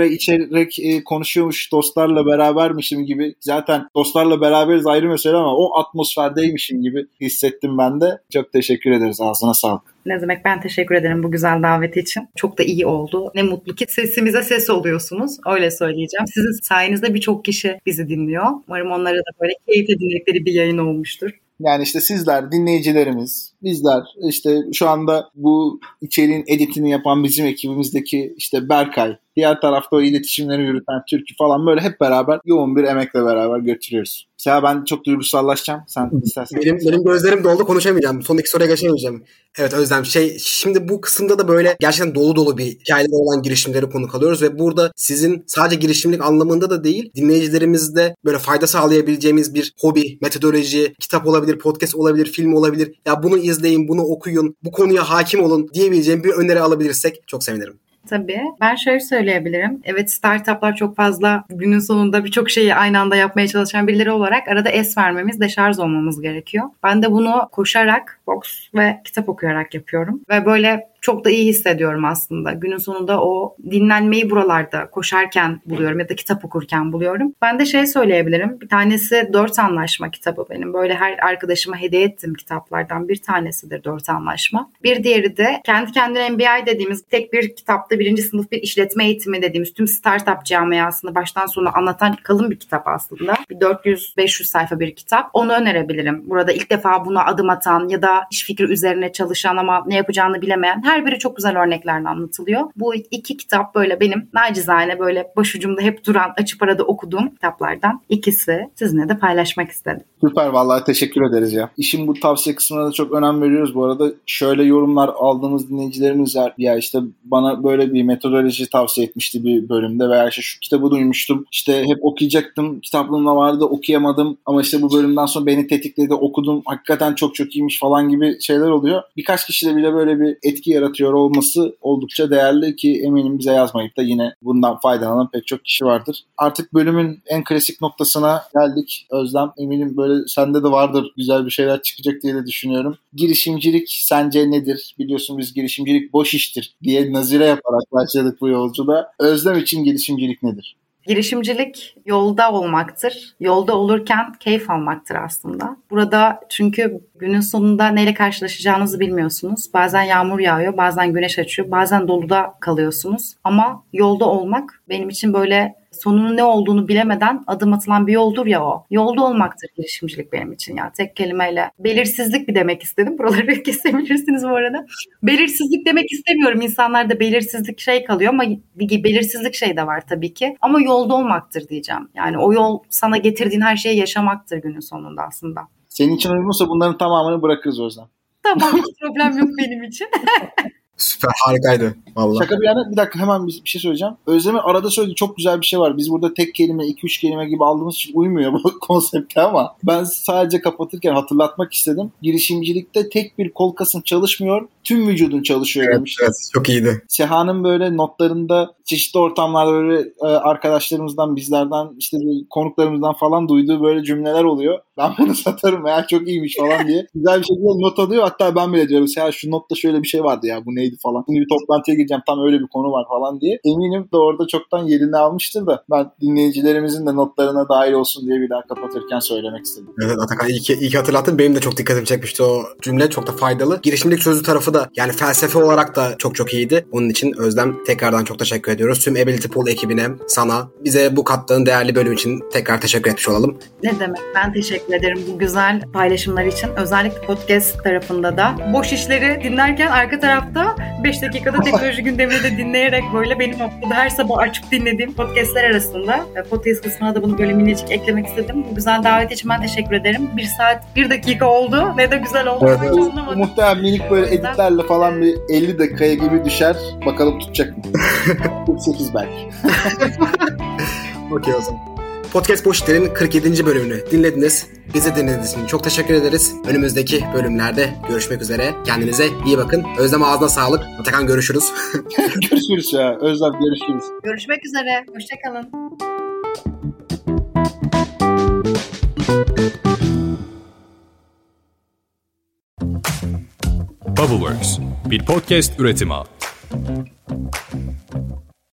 bira içerek e, konuşuyormuş, dostlarla berabermişim gibi. Zaten dostlarla beraberiz ayrı mesele ama o atmosferdeymişim gibi hissettim ben de. Çok teşekkür ederiz. Ağzına sağlık. Ne demek, ben teşekkür ederim bu güzel davet için. Çok da iyi oldu. Ne mutlu ki sesimize ses oluyorsunuz. Öyle söyleyeceğim. Sizin sayenizde birçok kişi bizi dinliyor. Umarım onlara da böyle keyifle dinledikleri bir yayın olmuştur. Yani işte sizler, dinleyicilerimiz, bizler, işte şu anda bu içeriğin editini yapan bizim ekibimizdeki işte Berkay, diğer tarafta o iletişimleri yürüten Türkü falan, böyle hep beraber yoğun bir emekle beraber götürüyoruz. Mesela ben çok duygusallaşacağım. Sen istersen. Benim, benim gözlerim doldu, konuşamayacağım. Son iki soruya geçemeyeceğim. Evet Özlem, şey şimdi bu kısımda da böyle gerçekten dolu dolu bir hikayeleri olan girişimleri konuk alıyoruz ve burada sizin sadece girişimlik anlamında da değil, dinleyicilerimizde böyle fayda sağlayabileceğimiz bir hobi, metodoloji, kitap olabilir, podcast olabilir, film olabilir. Ya bunu izleyin, bunu okuyun, bu konuya hakim olun diyebileceğim bir öneri alabilirsek çok sevinirim. Tabii. Ben şöyle söyleyebilirim. Evet, startuplar çok fazla günün sonunda birçok şeyi aynı anda yapmaya çalışan birileri olarak arada es vermemiz, deşarj olmamız gerekiyor. Ben de bunu koşarak, boks ve kitap okuyarak yapıyorum. Ve böyle çok da iyi hissediyorum aslında. Günün sonunda o dinlenmeyi buralarda koşarken buluyorum ya da kitap okurken buluyorum. Ben de şey söyleyebilirim. Bir tanesi Dört Anlaşma kitabı benim. Böyle her arkadaşıma hediye ettiğim kitaplardan bir tanesidir Dört Anlaşma. Bir diğeri de kendi kendine M B A dediğimiz tek bir kitapta birinci sınıf bir işletme eğitimi dediğimiz tüm startup camiasını baştan sona anlatan kalın bir kitap aslında. Bir dört yüz beş yüz sayfa bir kitap. Onu önerebilirim. Burada ilk defa buna adım atan ya da iş fikri üzerine çalışan ama ne yapacağını bilemeyen, her biri çok güzel örneklerle anlatılıyor. Bu iki kitap böyle benim nacizane böyle başucumda hep duran, açıp arada okuduğum kitaplardan ikisi. Sizinle de paylaşmak istedim. Süper, vallahi teşekkür ederiz ya. İşin bu tavsiye kısmına da çok önem veriyoruz bu arada. Şöyle yorumlar aldığımız dinleyicilerimiz var. Ya işte bana böyle bir metodoloji tavsiye etmişti bir bölümde veya işte şu kitabı duymuştum. İşte hep okuyacaktım. Kitaplığımda vardı, okuyamadım. Ama işte bu bölümden sonra beni tetikledi, okudum. Hakikaten çok çok iyiymiş falan gibi şeyler oluyor. Birkaç kişide bile böyle bir etki yaratıyor olması oldukça değerli ki eminim bize yazmayıp da yine bundan faydalanan pek çok kişi vardır. Artık bölümün en klasik noktasına geldik. Özlem, eminim böyle sende de vardır güzel bir şeyler çıkacak diye de düşünüyorum. Girişimcilik sence nedir? Biliyorsun biz girişimcilik boş iştir diye nazire yaparak başladık bu yolculuğa. Özlem için girişimcilik nedir? Girişimcilik yolda olmaktır. Yolda olurken keyif almaktır aslında. Burada çünkü günün sonunda neyle karşılaşacağınızı bilmiyorsunuz. Bazen yağmur yağıyor, bazen güneş açıyor, bazen doluda kalıyorsunuz. Ama yolda olmak benim için böyle sonunun ne olduğunu bilemeden adım atılan bir yoldur ya o. Yolda olmaktır girişimcilik benim için ya. Tek kelimeyle. Belirsizlik bir demek istedim. Buraları kesebilirsiniz bu arada. Belirsizlik demek istemiyorum. İnsanlarda belirsizlik şey kalıyor ama bir belirsizlik şey de var tabii ki. Ama yolda olmaktır diyeceğim. Yani o yol sana getirdiğin her şeyi yaşamaktır günün sonunda aslında. Senin için uygunsa bunların tamamını bırakırız Özlem. Tamam, hiç problem yok benim için. Süper, harikaydı vallahi. Şaka bir yana bir dakika hemen bir, bir şey söyleyeceğim. Özlem'in arada söylediği çok güzel bir şey var. Biz burada tek kelime, iki üç kelime gibi aldığımız için uymuyor bu konsepte ama ben sadece kapatırken hatırlatmak istedim. Girişimcilikte tek bir kol kasın çalışmıyor, tüm vücudun çalışıyor evet, demiş. Evet, çok iyiydi. Seha'nın böyle notlarında çeşitli ortamlarda böyle arkadaşlarımızdan, bizlerden, işte konuklarımızdan falan duyduğu böyle cümleler oluyor. Ben bunu satarım ya, çok iyiymiş falan diye. Güzel bir şekilde not alıyor. Hatta ben bile diyorum Seha şu notta şöyle bir şey vardı ya, bu neydi falan. Şimdi bir toplantıya gireceğim, tam öyle bir konu var falan diye. Eminim de orada çoktan yerini almıştır da ben dinleyicilerimizin de notlarına dahil olsun diye bir daha kapatırken söylemek istedim. Evet Atakan, iyi ki, iyi ki hatırlattın. Benim de çok dikkatimi çekmişti o cümle. Çok da faydalı. Girişimcilik sözlü tarafı da yani felsefe olarak da çok çok iyiydi. Onun için Özlem tekrardan çok teşekkür ediyoruz. Tüm Ability Pool ekibine, sana, bize bu kattığın değerli bölüm için tekrar teşekkür etmiş olalım. Ne demek? Ben teşekkür ederim bu güzel paylaşımlar için. Özellikle podcast tarafında da. Boş işleri dinlerken arka tarafta beş dakikada teknoloji gündemini de dinleyerek böyle benim haftada her sabah açıp dinlediğim podcastler arasında. Podcast kısmına da bunu böyle minicik eklemek istedim. Bu güzel davet için ben teşekkür ederim. Bir saat, bir dakika oldu. Ne de güzel oldu. Evet, evet. Bu muhtemelen minik böyle editlerle falan bir elli dakikaya gibi düşer. Bakalım tutacak mı? kırk sekiz belki. Okey o zaman. Podcast Boş İşler'in kırk yedinci bölümünü dinlediniz. Bizi dinlediğiniz için çok teşekkür ederiz. Önümüzdeki bölümlerde görüşmek üzere. Kendinize iyi bakın. Özlem ağzına sağlık. Atakan görüşürüz. Görüşürüz ya. Özlem görüşürüz. Görüşmek üzere. Hoşçakalın. Bubbleworks bir podcast üretimi.